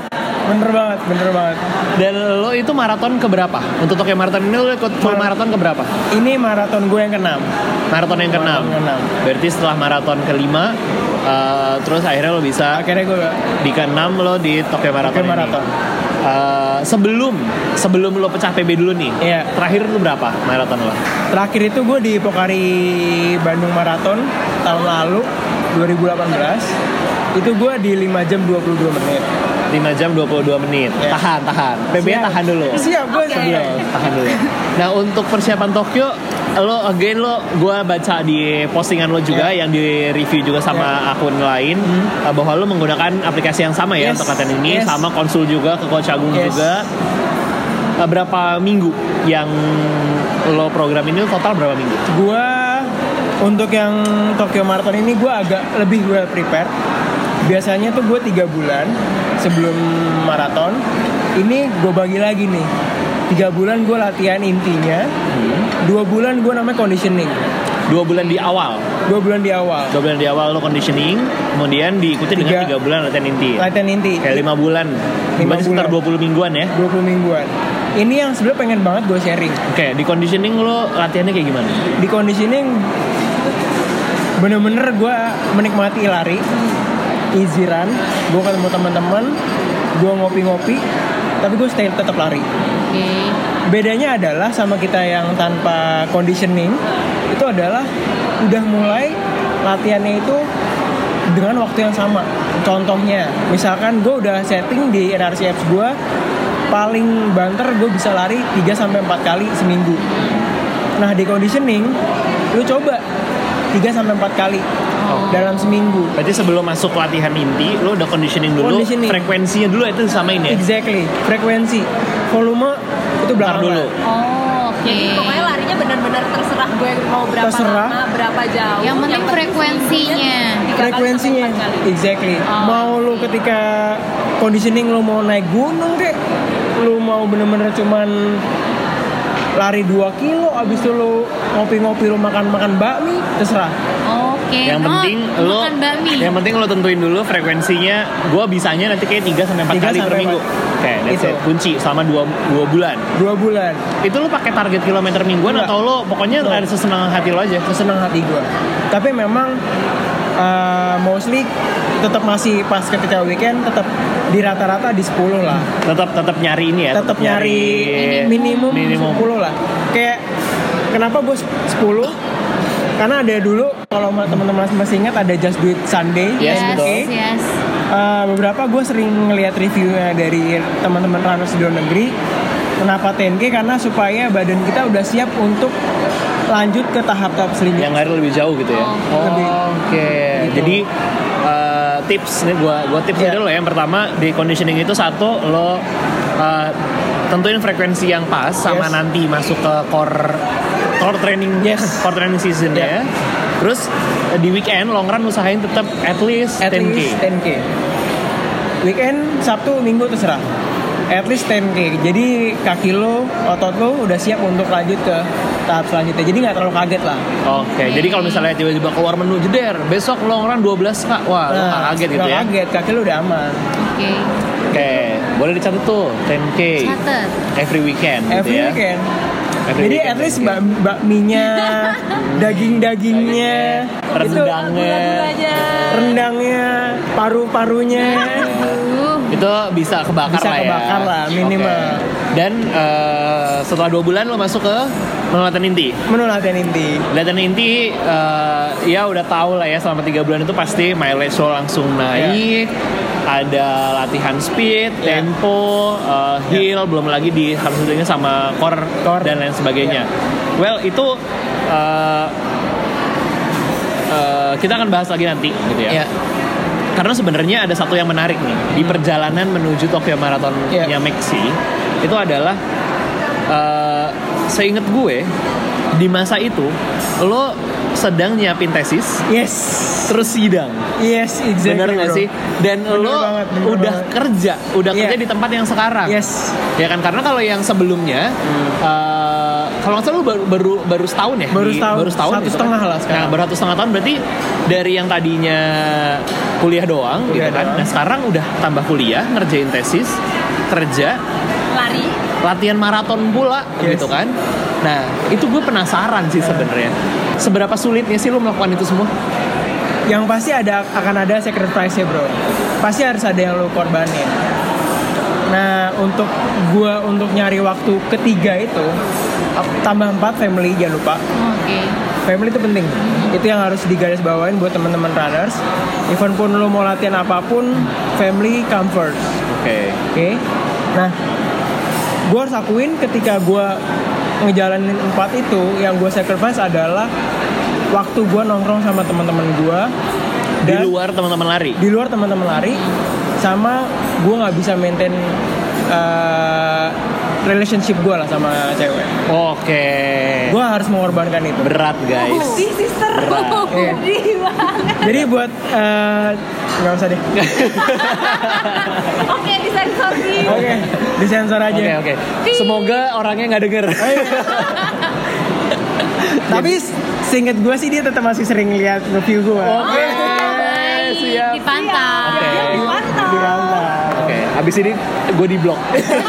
Dan lo itu maraton keberapa? Untuk Tokyo Marathon ini lo ikut full maraton keberapa? Ini maraton gue yang ke-6. Maraton yang ke-6. Berarti setelah maraton ke-5 terus akhirnya lo bisa gue di ke-6 lo di Tokyo Marathon. Sebelum lo pecah PB dulu nih. Iya. Terakhir itu berapa maraton lo? Terakhir itu gue di Pokari Bandung Marathon tahun lalu 2018. Itu gue di 5 jam 22 menit. 5 jam 22 menit. Ya. Tahan. PB-nya Siap. tahan dulu. Siap, gue Sebelum, tahan dulu. Nah, untuk persiapan Tokyo, gue baca di postingan lo juga yang di review juga sama akun lain bahwa lo menggunakan aplikasi yang sama ya Yes. untuk latihan ini, Yes. sama konsul juga ke Coach Agung Yes. juga. Berapa minggu yang lo program ini, total berapa minggu? Gue untuk yang Tokyo Marathon ini gue agak lebih well prepare. Biasanya tuh gue 3 bulan sebelum maraton. Ini gue bagi lagi nih. 3 bulan gue latihan intinya. 2 bulan gue namanya conditioning. 2 bulan di awal. 2 bulan di awal. 2 bulan di awal lo conditioning, kemudian diikuti dengan 3 bulan latihan inti. Latihan inti. Kayak 5 bulan. 5 Berarti sekitar bulan. 20 mingguan ya. 20 mingguan. Ini yang sebenarnya pengen banget gue sharing. Oke, di conditioning lo latihannya kayak gimana? Di conditioning bener-bener gue menikmati lari, easy run, gue ketemu teman-teman, gue ngopi-ngopi, tapi gue stay tetap lari. Oke. Bedanya adalah sama kita yang tanpa conditioning, itu adalah udah mulai latihannya itu dengan waktu yang sama. Contohnya, misalkan gue udah setting di NRC apps gue, paling banter gue bisa lari 3-4 kali seminggu. Nah di conditioning, lu coba 3-4 kali dalam seminggu. Berarti sebelum masuk latihan inti, lo udah conditioning dulu, Conditioning. frekuensinya dulu itu disamain ya? Exactly, frekuensi, volume itu Ntar belakangan. dulu. Oh, oke. Jadi pokoknya larinya benar-benar terserah gue mau berapa Terserah. lama, berapa jauh. Yang penting frekuensinya. 3 kali Frekuensinya, sampai 4 kali. exactly. Oh. Mau lu ketika conditioning lu mau naik gunung kek, lu mau bener-bener cuman lari 2 kilo, abis itu lu ngopi-ngopi, lu makan bakmi, terserah. Oke. Yang penting lo, makan bakmi. yang penting lo tentuin dulu frekuensinya. Gue bisanya nanti kayak 3-4 kali per 3-4 minggu. Oke, that's Itu. it. Kunci selama 2 bulan. 2 bulan, Itu lo pakai target kilometer mingguan Enggak. atau lo pokoknya Enggak. ada sesenang hati lo aja? kesenang hati gua. Tapi memang mostly tetap masih pas ketika weekend tetap di rata-rata di 10 lah. Tetap nyari ini ya. Tetap nyari minimum 10 lah. Kayak kenapa gue 10? Karena ada dulu kalau teman-teman masih ingat ada Just Do It Sunday. Yes, Yes, betul. yes. Beberapa gue sering ngeliat reviewnya dari teman-teman runners di luar negeri. Kenapa 10K? Karena supaya badan kita udah siap untuk lanjut ke tahap-tahap selanjutnya. Yang lari lebih jauh gitu ya. Lebih. Oke. Gitu. Jadi tips nih gua tips Iya. dulu ya. Yang pertama di conditioning itu satu lo tentuin frekuensi yang pas sama Yes. nanti masuk ke core training Yes. core training season Yeah. ya. Terus di weekend long run usahain tetap at least 10K. Weekend Sabtu Minggu terserah. At least 10K. Jadi kaki lo, otot lo udah siap untuk lanjut ke tahap selanjutnya. Jadi nggak terlalu kaget lah. Oke. Jadi kalau misalnya tiba-tiba keluar menu jeder, besok long run 12K. Wah, lo nggak kaget gitu nggak ya. kaget, kaki lo udah aman. Oke. Oke, boleh dicatat tuh 10K Catat. every weekend gitu Every ya. weekend. Every Jadi weekend, at least 10K. bakminya, daging-dagingnya, itu Gula-gulanya. rendangnya, paru-parunya. Itu bisa kebakar Bisa lah ya. kebakar lah, minimal. Oke. Dan setelah 2 bulan lo masuk ke latihan inti. Menu latihan inti. Latihan inti ya udah tahu lah ya selama 3 bulan itu pasti mileage lo langsung naik. Ada latihan speed, tempo, hill, belum lagi di harus tentunya sama core dan lain sebagainya. Well itu kita akan bahas lagi nanti gitu ya. Iya. Karena sebenarnya ada satu yang menarik nih di perjalanan menuju Tokyo Marathonnya Maxi itu adalah seingat gue di masa itu lo sedang nyiapin tesis, Yes. terus sidang. Yes, exactly. Bener nggak bro. sih? Dan Bener lo banget, bener udah banget. kerja Iya. di tempat yang sekarang. Yes. Ya kan, karena kalau yang sebelumnya kalau nggak salah lu baru setahun ya? Baru setahun. Baru setahun Satu gitu setengah kan? lah sekarang. Nah, baru 1,5 tahun berarti dari yang tadinya kuliah doang Kuliah gitu kan. doang. Nah, sekarang udah tambah kuliah, ngerjain tesis, kerja, Lari. latihan maraton pula Yes. gitu kan. Nah, itu gue penasaran sih sebenarnya. Seberapa sulitnya sih lu melakukan itu semua? Yang pasti akan ada sacrifice-nya, bro. Pasti harus ada yang lo korbanin. Nah, untuk nyari waktu ketiga itu tambah 4 family, jangan lupa. Oke. Family itu penting. Itu yang harus digarisbawain buat teman-teman runners. Even pun lo mau latihan apapun, family come first. Oke. Nah, gue harus akuin ketika gue ngejalanin 4 itu, yang gue sacrifice adalah waktu gue nongkrong sama teman-teman gue. Di luar teman-teman lari. Di luar teman-teman lari, sama gue nggak bisa maintain relationship gue lah sama cewek. Oke. Gue harus mengorbankan itu. Berat guys. This is seru. Iya. Sedih banget. Jadi buat nggak usah deh. Oke, disensor sih. Oke, disensor aja. Oke. Semoga orangnya nggak denger. Tapi seinget gue sih dia tetap masih sering lihat review gue. Oke. Siap. Dipantau. Oke. Dipantau. Oke. Abis ini gue di blok.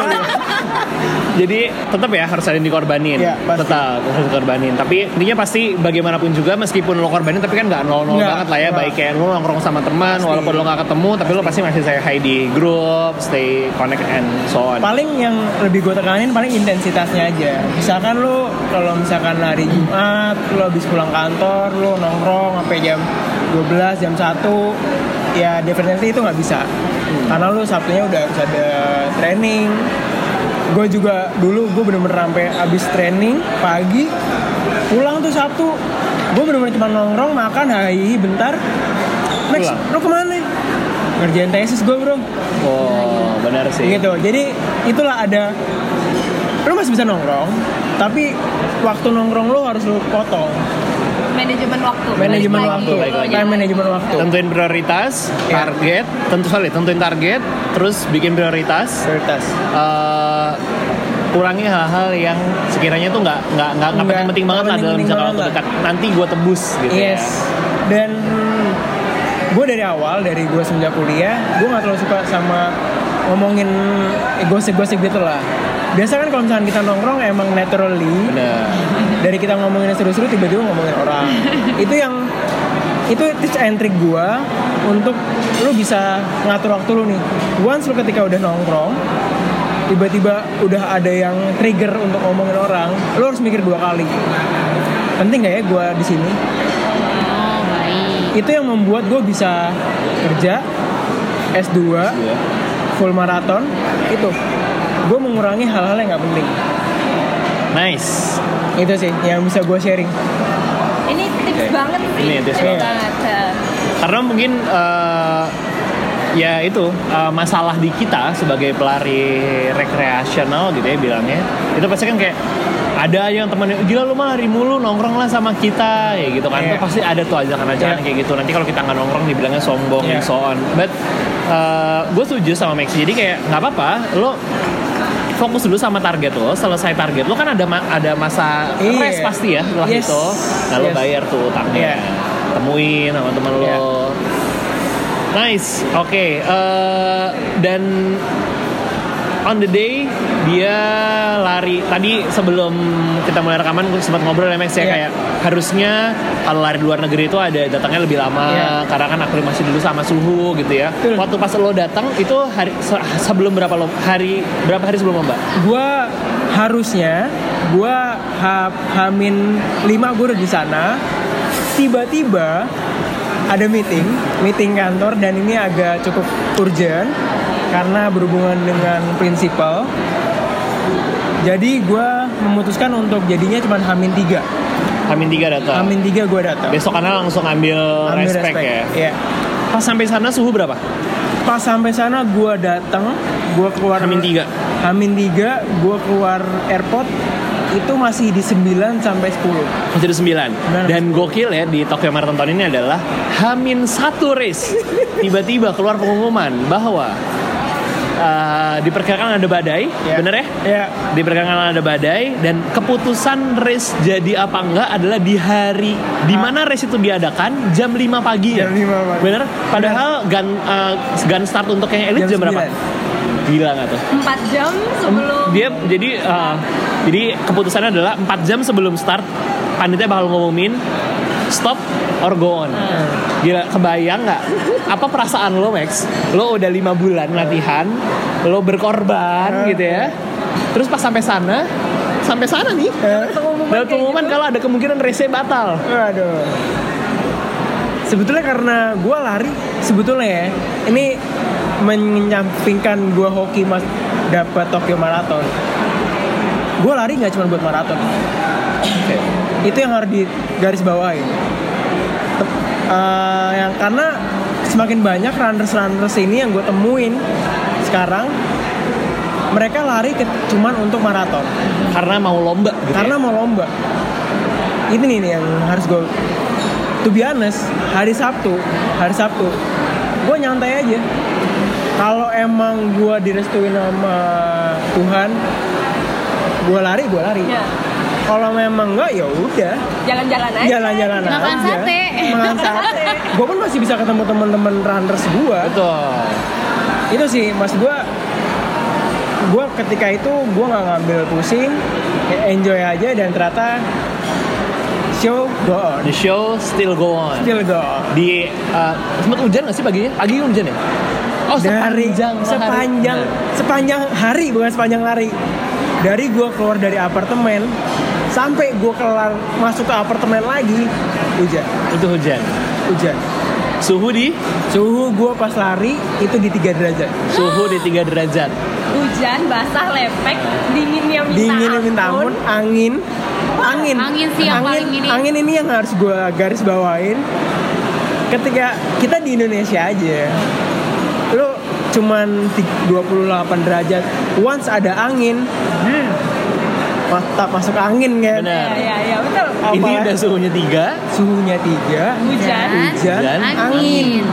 Jadi tetap ya harus ada yang dikorbanin. Iya, pasti. Tetap harus dikorbanin. Tapi intinya pasti bagaimanapun juga meskipun lo korbanin tapi kan nggak nol banget lah ya. Baik kayak lo nongkrong sama teman walaupun lo nggak ketemu tapi lo pasti masih say hi di grup, stay connect and so on. Paling yang lebih gue tekanin paling intensitasnya aja. Misalkan lo kalau misalkan hari Jumat lo habis pulang kantor lo nongkrong sampai jam 12 jam 1, ya definitely itu nggak bisa. Karena lo Sabtunya udah harus ada training. Gue juga dulu gue bener-bener sampai abis training pagi pulang tuh Sabtu gue bener-bener cuma nongkrong makan hai bentar. Max Pulang. lo kemana? Ngerjain tesis gue bro. Oh benar sih. Gitu. Jadi itulah ada lo masih bisa nongkrong tapi waktu nongkrong lo harus lo potong. Manajemen waktu. Manajemen Balik waktu. lagi. Time management waktu. Tentuin prioritas, Iya. target, tentuin target, terus bikin prioritas. Prioritas. Kurangi hal-hal yang sekiranya tuh nggak penting banget lah dalam jangka waktu dekat. Nanti gue tebus gitu ya. Yes. Dan gue dari awal, dari gue semenjak kuliah, gue nggak terlalu suka sama ngomongin gosip-gosip gitu lah. Biasa kan kalau misalnya kita nongkrong emang naturally Bener. dari kita ngomongin seru-seru tiba-tiba ngomongin orang. Itu tips and trick gue untuk lu bisa ngatur waktu lu nih. Once lu ketika udah nongkrong tiba-tiba udah ada yang trigger untuk ngomongin orang, lu harus mikir 2 kali. Penting nggak ya gue di sini? Oh, baik. Itu yang membuat gue bisa kerja S2 full maraton. Itu gue mengurangi hal-hal yang nggak penting. Nice. Itu sih yang bisa gue sharing. Ini tips banget sih. Ini tips banget. Karena mungkin ya itu masalah di kita sebagai pelari rekreasional gitu ya bilangnya. Itu pasti kan kayak ada yang temennya gila lu mah lari mulu nongkrong lah sama kita ya gitu kan. Itu pasti ada tuh ajakan-ajakan kayak gitu. Nanti kalau kita nggak nongkrong dibilangnya sombong and so on. But gue setuju sama Maxi. Jadi kayak nggak apa-apa lo fokus dulu sama target lo, selesai target lo kan ada masa rest pasti ya setelah itu. Lalu bayar tuh utangnya, temuin sama temen lo. Nice, oke. Dan on the day dia lari. Tadi sebelum kita mulai rekaman gue sempat ngobrol sama Max ya kayak harusnya kalau lari di luar negeri itu ada datangnya lebih lama karena kan aklimasi dulu sama suhu gitu ya. Waktu pas lo datang itu sebelum berapa hari sebelum lomba? Gua harusnya Hamin 5 gue udah di sana. Tiba-tiba ada meeting kantor dan ini agak cukup urgent karena berhubungan dengan prinsipal. Jadi gue memutuskan untuk jadinya cuma Hamin 3 datang. Hamin 3 gue datang. Besok karena langsung ambil respect ya. Iya. Pas sampai sana suhu berapa? Pas sampai sana gue datang, gue keluar Hamin 3 gue keluar airport itu masih di 9 sampai 10. Masih di 9. Dan gokil ya di Tokyo Marathon tahun ini adalah Hamin 1 race. Tiba-tiba keluar pengumuman bahwa diperkirakan ada badai, bener ya? Iya. Diperkirakan ada badai dan keputusan race jadi apa enggak adalah di hari di mana race itu diadakan jam 5 pagi. Jam 5 pagi. Bener? Padahal gun start untuk yang elite jam berapa? Gila nggak tuh? 4 jam sebelum. Dia jadi keputusannya adalah 4 jam sebelum start panitia bakal ngumumin stop or go on. Gila, kebayang nggak? Apa perasaan lo, Max? Lo udah 5 bulan latihan, lo berkorban gitu ya. Terus pas sampai sana nih, dapat pengumuman kalau ada kemungkinan race batal. Waduh. Sebetulnya karena gue lari, sebetulnya ya, ini menyampingkan gue hoki dapat Tokyo Marathon, gue lari nggak cuma buat maraton. Itu yang harus digaris bawahi. Yang karena semakin banyak runners ini yang gue temuin sekarang, mereka lari cuman untuk maraton. Karena mau lomba gitu. Karena mau lomba. Ini nih yang harus gue, to be honest, hari Sabtu gue nyantai aja. Kalau emang gue direstuin sama Tuhan, gue lari. Ya. Kalau memang enggak, ya udah. Jalan-jalan aja. Jalan-jalan Makan aja. sate. Makan sate. Gue pun masih bisa ketemu teman-teman runners gue. Betul. Itu sih, mas gue ketika itu gue nggak ngambil pusing, enjoy aja, dan ternyata show go on. The show still go on. Still go on. Di sempat hujan nggak sih paginya? Pagi hujan ya? Oh, sepanjang hari, bukan sepanjang lari. Dari gue keluar dari apartemen sampai gue kelar masuk ke apartemen lagi, hujan. Itu hujan. Suhu Suhu gue pas lari itu di 3 derajat. Suhu di 3 derajat. Hujan, basah, lepek, dinginnya minta ampun. Angin sih yang paling ini. Angin ini yang harus gue garis bawain. Ketika kita di Indonesia aja, lu cuman 28 derajat, once ada angin, mantap, masuk angin kan. Benar. Ya, betul. Ini udah suhunya 3. Suhunya 3, Hujan. angin.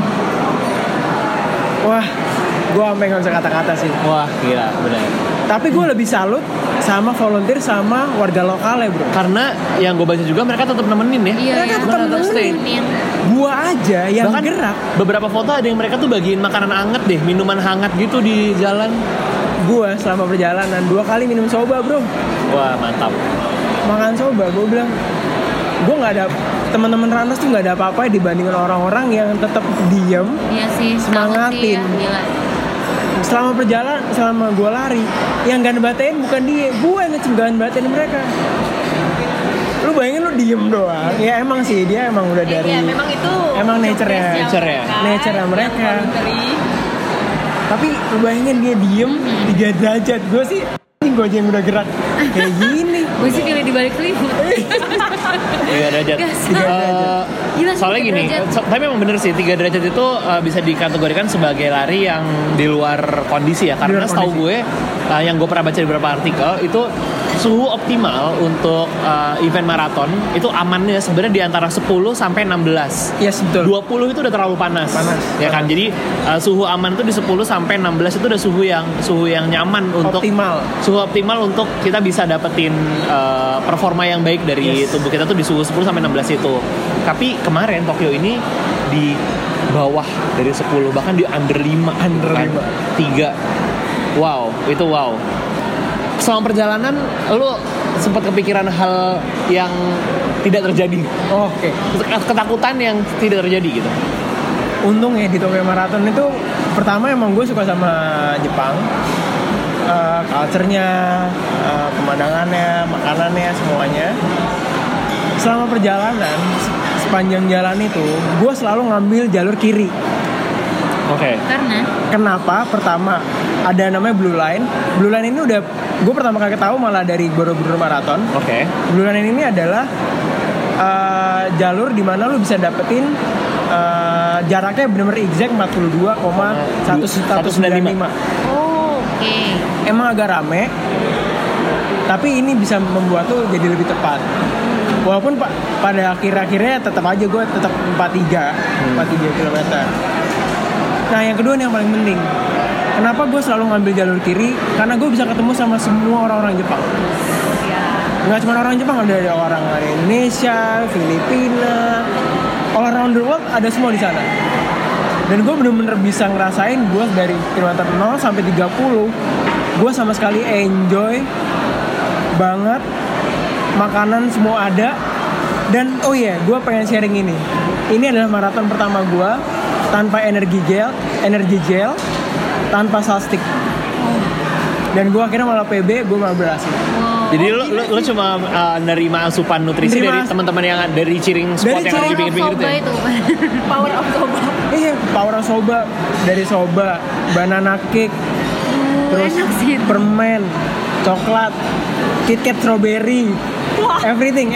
Wah, gue sampai nggak bisa kata-kata sih. Wah, gila, benar. Tapi gue lebih salut sama volunteer sama warga lokalnya, bro. Karena yang gue baca juga mereka tetap nemenin ya. Iya, Mereka tetap nemenin. Gue aja yang Bahkan gerak. beberapa foto ada yang mereka tuh bagiin makanan hangat deh, minuman hangat gitu di jalan. Gue selama perjalanan 2 kali minum soba, bro. Wah, mantap. Makan soba, gue bilang, gue nggak ada, teman-teman runners tuh nggak ada apa-apa dibandingin orang-orang yang tetap diem. Iya sih, Semangatin. sih, ya, gila. Selama perjalanan, selama gue lari, yang ganbatain bukan dia, gue yang ganbatain mereka. Lu bayangin lu diem doang. Ya emang sih, dia emang udah dari, Iya, memang itu emang nature-nya nature mereka. Tapi lu bayangin dia diem 3 derajat. Gue sih, gue aja yang udah gerak kayak gini. Gue sih pilih di balik selimut. 3 derajat. Gas. Gila, Soalnya 3 gini, derajat. tapi memang bener sih 3 derajat itu bisa dikategorikan sebagai lari yang di luar kondisi ya. Karena setahu gue, yang gue pernah baca di beberapa artikel itu suhu optimal untuk event maraton itu amannya sebenarnya di antara 10 sampai 16. Yes, betul. 20 itu udah terlalu panas. Ya kan? Jadi suhu aman itu di 10 sampai 16 itu udah suhu yang nyaman untuk Optimal. Suhu optimal untuk kita bisa dapetin performa yang baik dari tubuh kita tuh di suhu 10 sampai 16 itu. Tapi kemarin Tokyo ini di bawah dari 10, bahkan di under 5. Under 5. 3. Wow, itu wow. Selama perjalanan lu sempat kepikiran hal yang tidak terjadi. Oke. Ketakutan yang tidak terjadi gitu. Untung ya di Tokyo Marathon itu, pertama emang gue suka sama Jepang. Culture-nya, pemandangannya, makanannya, semuanya. Selama perjalanan, sepanjang jalan itu, gue selalu ngambil jalur kiri. Oke. Karena Kenapa? Pertama, ada namanya Blue Line. Blue Line ini udah, gue pertama kali tahu malah dari Borobudur Marathon. Oke. Blue Line ini adalah jalur di mana lu bisa dapetin jaraknya benar-benar exact 42,195. oke. Emang agak rame, tapi ini bisa membuat tuh jadi lebih tepat. Walaupun pada akhir-akhirnya tetap aja gue tetap 43 km. Nah, yang kedua nih yang paling penting. Kenapa gue selalu ngambil jalur kiri? Karena gue bisa ketemu sama semua orang-orang Jepang. Nggak cuma orang Jepang, ada orang dari Indonesia, Filipina, all around the world, ada semua di sana. Dan gue bener-bener bisa ngerasain gue dari kilometer 0 sampai 30, gue sama sekali enjoy banget. Makanan semua ada. Dan oh iya, gue pengen sharing ini. Ini adalah maraton pertama gue tanpa energy gel, tanpa salt stick. Dan gue akhirnya malah PB, gue malah berhasil. Wow. Jadi lu cuma nerima asupan nutrisi dari teman-teman yang dari Ciring spot yang ada di pinggir-pinggir itu. Itu. Power of soba. Iya, power of soba, dari soba, banana cake, terus enak sih. permen, coklat, KitKat strawberry, everything.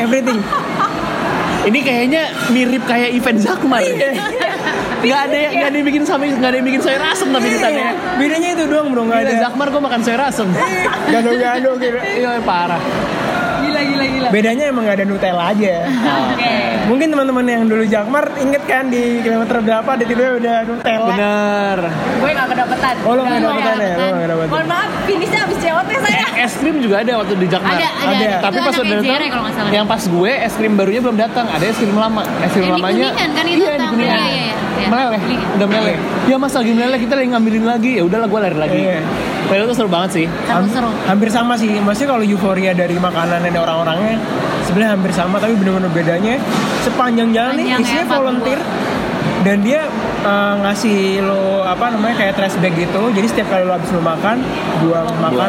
Ini kayaknya mirip kayak event Zakmar. Nggak ada yang bikin sayur asem tapi di sana. Bedanya itu doang bro, nggak ada. Zakmar gue makan sayur asem. Gado-gado kira. Iya parah. Gila. Bedanya emang nggak ada Nutella aja. Oke. Mungkin teman-teman yang dulu Jakmar inget kan di kilometer berapa di tiba udah Nutella. Bener. Gue nggak kedapetan. Oh lo nggak dapetan ya? Lo nggak dapetan. Mohon maaf, finishnya abis COT saya. Es krim juga ada waktu di Jakmar. Ada. Tapi Itu pas udah anaknya datang, Jere kalau nggak salah. yang pas gue es krim barunya belum datang. Ada es krim lama. Es krim Yang di lamanya. Kuningan kan itu, Iya di Tam. Kuningan. Iya. Meleleh. Udah meleleh. Ya mas lagi meleleh kita lagi ngambilin lagi. Ya udahlah gue lari lagi. Iya. Padahal itu seru banget sih. Seru. Hampir sama sih. Maksudnya kalau euforia dari makanan dan orang-orangnya sebenarnya hampir sama, tapi benar-benar bedanya sepanjang jalan nih Panjang isinya ya, 42. volunteer dan dia ngasih lo kayak trash bag gitu. Jadi setiap kali lo habis lo makan, buang.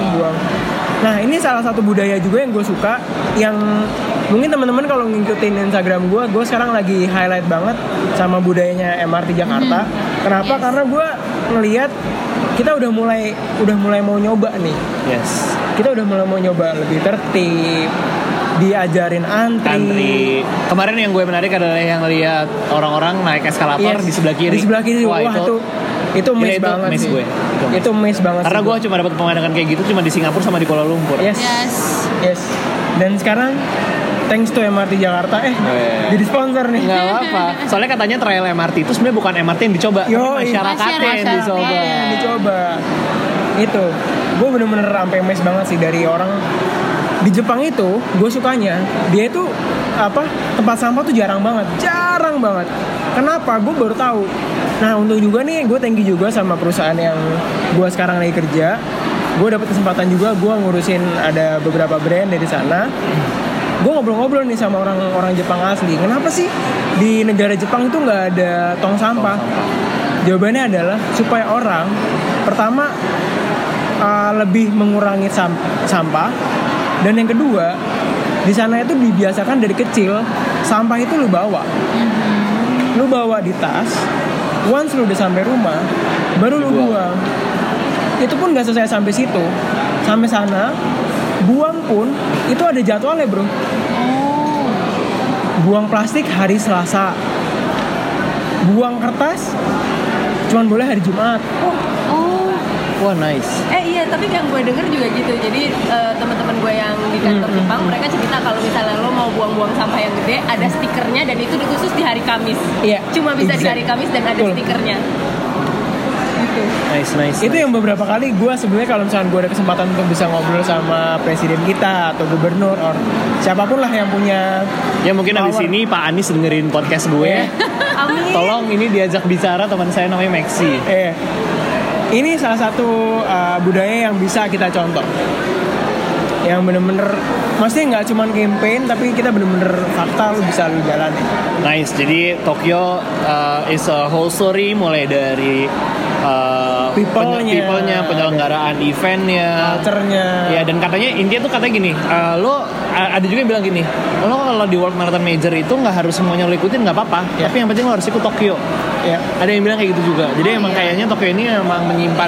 Nah ini salah satu budaya juga yang gue suka, yang mungkin teman-teman kalau ngikutin Instagram gue sekarang lagi highlight banget sama budayanya MRT Jakarta. Kenapa? Yes. Karena gue ngelihat kita udah mulai mau nyoba nih. Yes. Kita udah mulai mau nyoba lebih tertib, diajarin antri. Kemarin yang gue menarik adalah yang lihat orang-orang naik eskalator di sebelah kiri. Di sebelah kiri. Wah itu amazed banget miss sih. gue. Itu amazed banget. Karena gue cuma dapat pemandangan kayak gitu cuma di Singapura sama di Kuala Lumpur. Yes. Dan sekarang thanks to MRT Jakarta jadi sponsor nih. Nggak apa-apa. Soalnya katanya trial MRT itu sebenarnya bukan MRT yang dicoba, tapi masyarakatnya yang dicoba. Itu gue bener-bener sampai amazed banget sih dari orang di Jepang itu. Gue sukanya dia itu tempat sampah tuh jarang banget. Kenapa? Gue baru tahu. Nah untuk juga nih gue thank you juga sama perusahaan yang gue sekarang lagi kerja. Gue dapet kesempatan juga gue ngurusin ada beberapa brand dari sana. Gue ngobrol-ngobrol nih sama orang Jepang asli. Kenapa sih di negara Jepang itu nggak ada tong sampah? Jawabannya adalah supaya orang pertama lebih mengurangi sampah, dan yang kedua di sana itu dibiasakan dari kecil sampah itu lu bawa di tas. Once lu udah sampai rumah baru lu buang. Itu pun nggak selesai sampai situ. Sampai sana buang pun itu ada jadwalnya bro. Buang plastik hari Selasa, buang kertas cuman boleh hari Jumat. Wah nice. Iya, tapi yang gue denger juga gitu. Jadi teman-teman gue yang di kantor Jepang, mereka cerita kalau misalnya lo mau buang-buang sampah yang gede, ada stikernya dan itu khusus di hari Kamis. Iya. Cuma bisa di hari Kamis dan ada stikernya. Gitu. Nice. Itu yang beberapa kali gue sebenarnya kalau misalnya gue ada kesempatan untuk bisa ngobrol sama presiden kita atau gubernur or siapapun lah yang punya. Ya mungkin abis ini Pak Anies dengerin podcast gue. Amin. Tolong ini diajak bicara teman saya namanya Maxi. Ini salah satu budaya yang bisa kita contoh, yang bener-bener maksudnya nggak cuma campaign tapi kita bener-bener fakta lu bisa lu jalani. Nice. Jadi Tokyo is a whole story, mulai dari people-nya, penyelenggaraan eventnya, culture-nya. Ya, dan katanya intinya tuh katanya gini, lo ada juga yang bilang gini, lo kalau di World Marathon Major itu nggak harus semuanya lo ikutin, nggak apa-apa, tapi yang penting lo harus ikut Tokyo. Ada yang bilang kayak gitu juga. Jadi emang kayaknya Tokyo ini emang menyimpan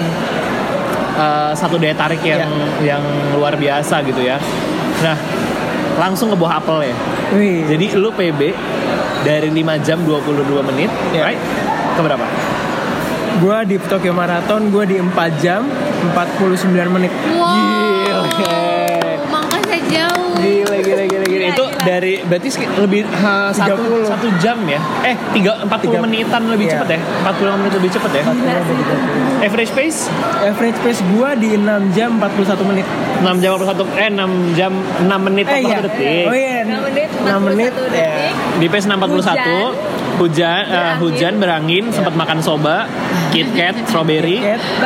satu daya tarik yang luar biasa gitu ya. Nah, langsung ke buah apel ya. Jadi lu PB dari 5 jam 22 menit, right? Ke berapa? Gue di Tokyo Marathon gue di 4 jam 49 menit. Gila. Makanya jauh. Gila. Itu dari berarti lebih 1 jam ya? 40 menitan lebih cepet ya? 40 menit lebih cepet ya? Average pace gue di 6 jam 41 menit. 6 jam 6 menit 41 detik. Oh iya, 6 menit detik. Di pace 6:41. Hujan berangin, sempat makan soba, KitKat, strawberry,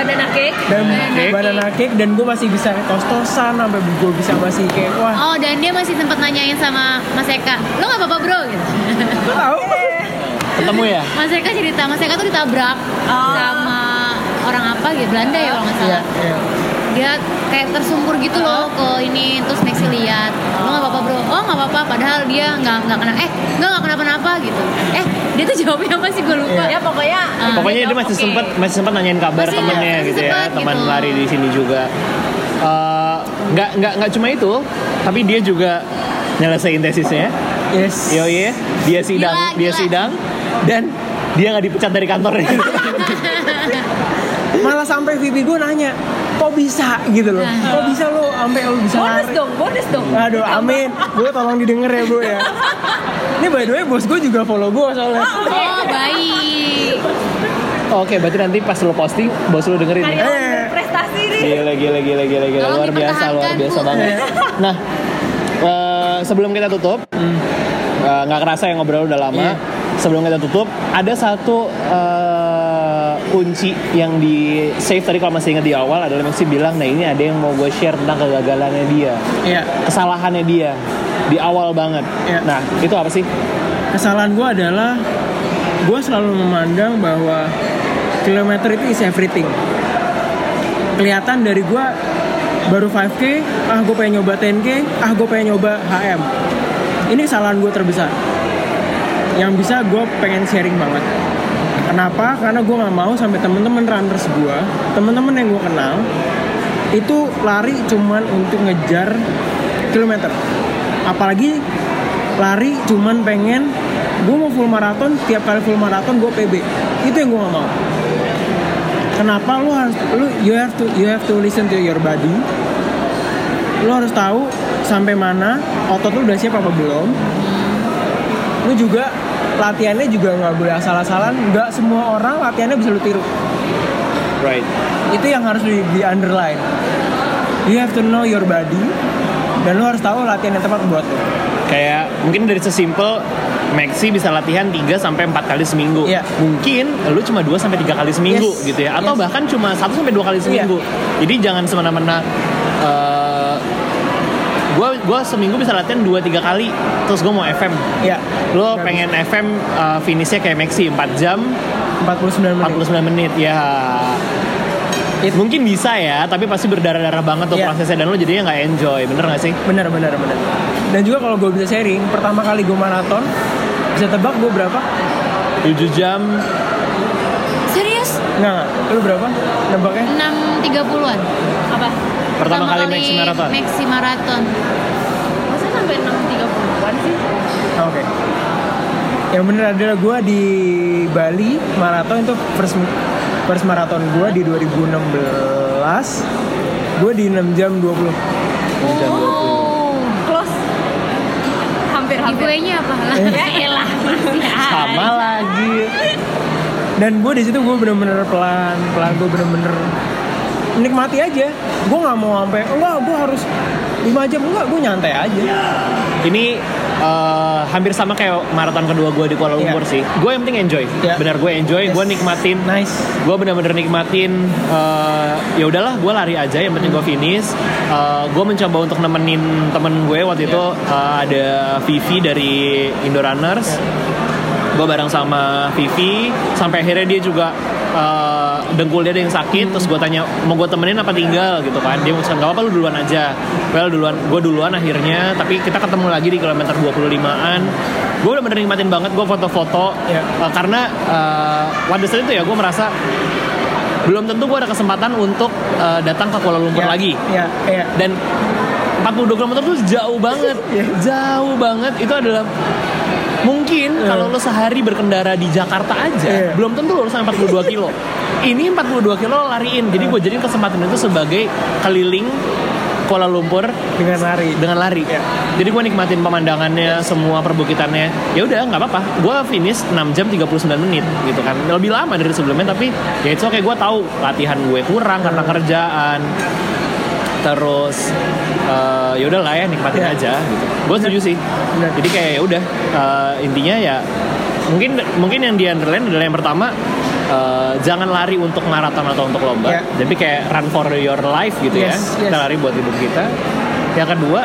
banana cake, dan gue masih bisa kos-kosan sampai gue bisa masih kayak wah. Oh, dan dia masih sempat nanyain sama Mas Eka, lo nggak apa-apa bro? Gitu. Tahu? Ketemu ya? Mas Eka cerita, Mas Eka tuh ditabrak sama orang apa gitu, Belanda ya kalau nggak salah. dia kayak tersungkur gitu loh ke ini, terus Maxi lihat, lo nggak apa-apa bro, oh nggak apa-apa, padahal dia nggak kenapa-napa gitu. Dia tuh jawabnya apa sih, gue lupa. Ya pokoknya Pokoknya dia masih sempat nanyain kabar Masih, temennya masih gitu ya, sempet teman gitu. lari di sini juga. Nggak cuma itu, tapi dia juga nyelesain tesisnya. Yes. Iya, dia sidang Gila. dan dia nggak dipecat dari kantornya. Malah sampai VP gue nanya, kok bisa gitu loh? Kok bisa lo sampai lo bisa lari? bonus dong. Aduh, amin. Gue tolong didengar ya bro ya. Ini by the way bos gue juga follow gue soalnya. Oh baik. Oke, berarti nanti pas lo posting, bos lo dengerin nih. Prestasi nih. Gila. Tolong Luar biasa Bu. banget. Nah, sebelum kita tutup, nggak kerasa yang ngobrol udah lama. Iya. Sebelum kita tutup, ada satu kunci yang di save tadi kalau masih ingat di awal adalah Maxi bilang, nah ini ada yang mau gue share tentang kegagalannya dia, Iya. kesalahannya dia di awal banget. Iya. Nah, itu apa sih? Kesalahan gue adalah gue selalu memandang bahwa kilometer itu is everything. Kelihatan dari gue baru 5K, gue pengen nyoba 10K, gue pengen nyoba HM. Ini kesalahan gue terbesar yang bisa gue pengen sharing banget. Kenapa? Karena gue nggak mau sampai temen-temen runners gue, temen-temen yang gue kenal itu lari cuman untuk ngejar kilometer. Apalagi lari cuman pengen gue mau full maraton, tiap kali full maraton gue PB. Itu yang gue nggak mau. Kenapa? You have to listen to your body. Lo harus tahu sampai mana otot lo udah siap apa belum. Lo juga latihannya juga nggak boleh asal-asalan. Nggak semua orang latihannya bisa lo tiru. Right. Itu yang harus di underline. You have to know your body, dan lo harus tahu latihan yang tepat buat lo. Kayak mungkin dari sesimpel Maxi bisa latihan 3-4 kali seminggu. Iya. Mungkin lu cuma 2-3 kali seminggu gitu ya. Atau bahkan cuma 1-2 kali seminggu. Jadi jangan semena-mena gue seminggu bisa latihan 2-3 kali terus gue mau FM. Iya. Lo pengen FM finishnya kayak Maxi 4 jam 49 menit. ya. Mungkin bisa ya, tapi pasti berdarah-darah banget tuh prosesnya dan lo jadinya nggak enjoy, bener nggak sih? Bener. Dan juga kalau gue bisa sharing, pertama kali gue maraton, bisa tebak gue berapa? 7 jam. Serius? Enggak. Lu berapa? Nebaknya? 6.30-an. Apa? Pertama kali Maxi maraton. Maxi maraton. Masa sampai 6.30-an sih? Oke. Yang bener adalah gue di Bali maraton itu first maraton gue di 2016. Gue di 6 jam 20. Close. Hampir. Giveaway-nya apa? Ya elah. Sama lagi. Dan gue di situ gue bener-bener pelan gue bener-bener nikmati aja. Gue nggak mau sampai enggak gue harus 5 jam, enggak, gue nyantai aja. Ini hampir sama kayak maraton kedua gue di Kuala Lumpur sih. Gue yang penting enjoy. Benar, gue enjoy, gue nikmatin. Nice. Gue benar-benar nikmatin. Ya udahlah, gue lari aja. Yang penting gue finish. Gue mencoba untuk nemenin temen gue waktu itu ada Vivi dari Indo Runners. Gue bareng sama Vivi sampai akhirnya dia juga dengkul dia ada yang sakit. Terus gue tanya mau gue temenin apa tinggal gitu kan. Dia mau nggak apa-apa, lu duluan aja. Gue duluan akhirnya. Tapi kita ketemu lagi di kilometer 25an. Gue udah bener nikmatin banget. Gue foto-foto karena pada saat itu ya gue merasa belum tentu gue ada kesempatan untuk datang ke Kuala Lumpur lagi. Dan 42 km tuh jauh banget. Jauh banget. Itu adalah mungkin kalau lo sehari berkendara di Jakarta aja belum tentu lo sampai 42 kilo. Ini 42 kilo lo lariin. Jadi gue jadiin kesempatan itu sebagai keliling Kuala Lumpur dengan lari. Jadi gue nikmatin pemandangannya, semua perbukitannya. Ya udah, nggak apa-apa. Gue finish 6 jam 39 menit gitu kan. Lebih lama dari sebelumnya, tapi ya itu kayak gue tahu latihan gue kurang karena kerjaan. Terus ya udahlah ya, nikmatin aja gitu. Gue setuju sih. Jadi kayak ya udah, intinya ya mungkin yang di underline adalah yang pertama, jangan lari untuk maraton atau untuk lomba. Tapi kayak run for your life gitu ya. Kita lari buat hidup kita. Yang kedua,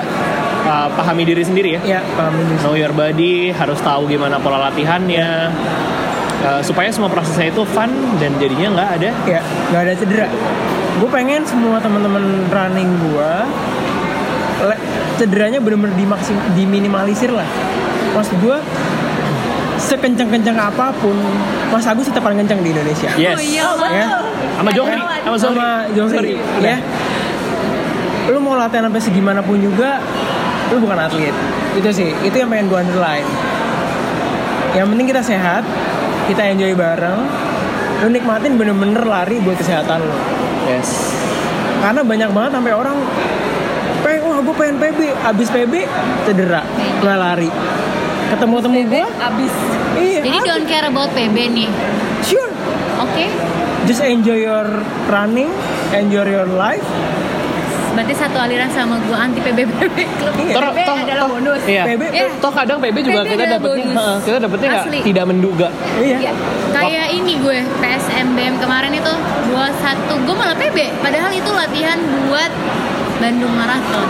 pahami diri sendiri ya. Pahami diri. Know your body, harus tahu gimana pola latihannya. supaya semua prosesnya itu fun dan jadinya nggak ada. Ya, nggak ada cedera. Gue pengen semua teman-teman running gue cederanya benar-benar diminimalisir lah. Maksud gue sekencang-kencang apapun, Mas Agus tetap paling kencang di Indonesia. Yes. Oh iya, Ya. Sama Johri, Sama Johri. Ya. Lu mau latihan sampai segimana pun juga, lu bukan atlet. Itu sih, itu yang pengen gue underline. Yang penting kita sehat, kita enjoy bareng, lu nikmatin bener-bener lari buat kesehatan lu. Yes. Karena banyak banget sampai orang wah gue pengen PB, abis PB cedera, nggak lari. Ketemu gue, abis. iya. Jadi don't care about PB nih. Sure. Oke. Just enjoy your running, enjoy your life. Berarti satu aliran sama gue anti PB klub. Iya. PB adalah bonus. Iya. PB, Toh kadang PB juga PB kita adalah dapetnya, bonus. kita dapetnya nggak Asli. tidak menduga. iya. Iya. Kayak ini gue PSMBM kemarin itu 21 gue malah PB. Padahal itu latihan buat Bandung Marathon.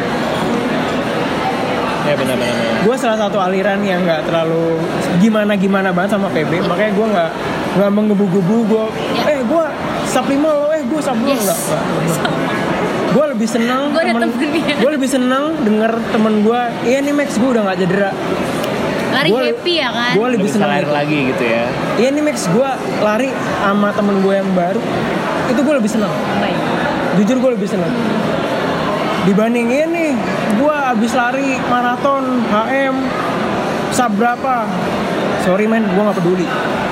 Ya benar-benar. Gue salah satu aliran yang nggak terlalu gimana banget sama PB, makanya gue nggak menggebu-gebu gue. Ya. Gue sub 5 lo, gue sub 2 Yes. enggak. Gue lebih seneng Gue ada temennya. gue lebih seneng denger temen gue, iya nih Max gue udah nggak cedera. Lari Gua- happy ya kan. Gue lebih Bisa seneng lari itu. lagi gitu ya. Iya nih Max, gue lari sama temen gue yang baru, itu gue lebih seneng. Baik. Jujur gue lebih seneng dibandingin nih gue abis lari maraton HM sub berapa. Sorry men, gue nggak peduli.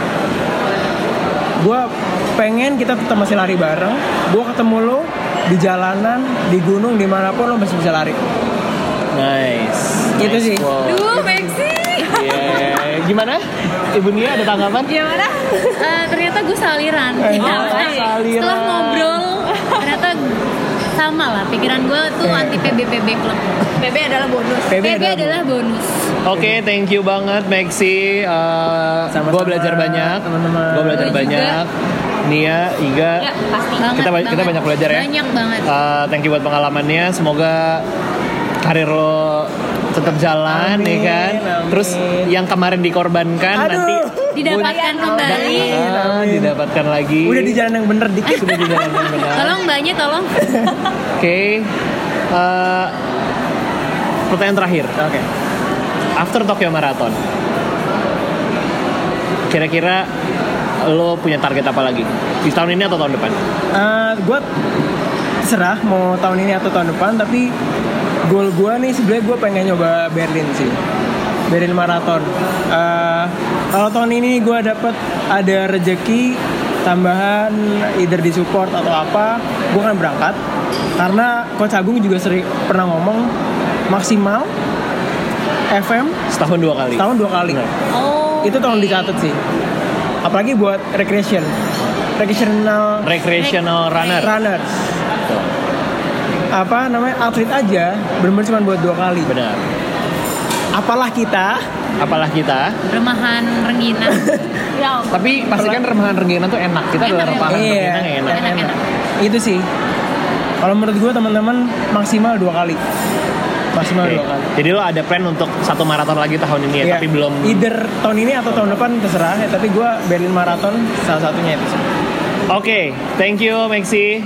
Gue pengen kita tetap masih lari bareng. Gue ketemu lo di jalanan, di gunung, dimanapun lo masih bisa lari. Nice. Itu sih. Wow. Duh, Maxi. Yeah. Gimana? Ibu Nia ada tanggapan? Gimana? Ternyata gue saliran. saliran. Setelah ngobrol, ternyata sama lah. Pikiran gue tuh anti PB klub. PB adalah bonus. PB adalah bonus. Oke, thank you banget Maxi. Sama-sama, Gue belajar banyak. teman-teman. Gue belajar Gua juga. banyak. Nia, Iga. Ya, pasti. Kita banyak belajar ya. Banyak banget. Thank you buat pengalamannya. Semoga karir lo tetap jalan, Amin, ya kan. amin. Terus yang kemarin dikorbankan Aduh. nanti Didapatkan kembali. didapatkan lagi. Udah di jalan yang bener dikit. Sudah di jalan yang benar. Tolong mbaknya, tolong. Oke. Pertanyaan terakhir. Oke. After Tokyo Marathon, kira-kira lo punya target apa lagi di tahun ini atau tahun depan? Gue terserah mau tahun ini atau tahun depan, tapi goal gue nih sebenarnya gue pengen nyoba Berlin sih, Berlin Marathon. Kalau tahun ini gue dapet ada rezeki tambahan, either di support atau apa, gue akan berangkat. Karena Coach Agung juga sering pernah ngomong maksimal FM Setahun 2 kali. tahun 2 kali. Oh. Itu tolong dicatat sih. Apalagi buat recreational Recreational runner. apa namanya atlet aja benar-benar cuma buat 2 kali. Benar. Apalah kita. Remahan rengginang. Ya, Tapi pastikan remahan rengginang tuh enak. Kita adalah Enak, remahan rengginang yang enak. Enak. Itu sih. Kalau menurut gue teman-teman maksimal 2 kali. Maksimal Oke. 2 kali. Jadi lo ada plan untuk 1 maraton lagi tahun ini ya, Iya. tapi belum. Either tahun ini atau tahun depan terserah ya, tapi gue Berlin Marathon salah satunya itu sih. Oke, thank you Maxi.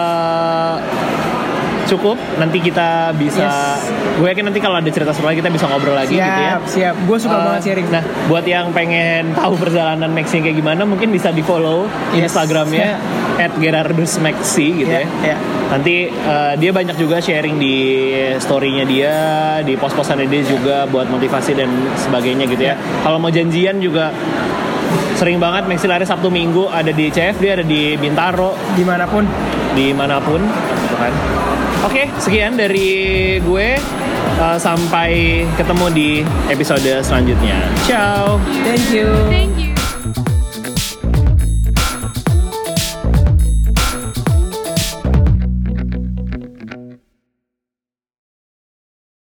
Cukup, nanti kita bisa. Yes. Gue yakin nanti kalau ada cerita seru lagi kita bisa ngobrol lagi gitu ya. Siap. Gue suka banget sharing. Nah, buat yang pengen tahu perjalanan Maxi kayak gimana, mungkin bisa di follow Yes. Instagramnya @gerardusmaxi gitu ya. Iya. Nanti dia banyak juga sharing di story-nya dia, di post-postannya dia juga buat motivasi dan sebagainya gitu ya. Kalau mau janjian juga sering banget Maxi lari Sabtu Minggu, ada di CFD, ada di Bintaro, Dimanapun. dimanapun gitu kan. Oke, sekian dari gue. Sampai ketemu di episode selanjutnya. Ciao. Thank you. Thank you.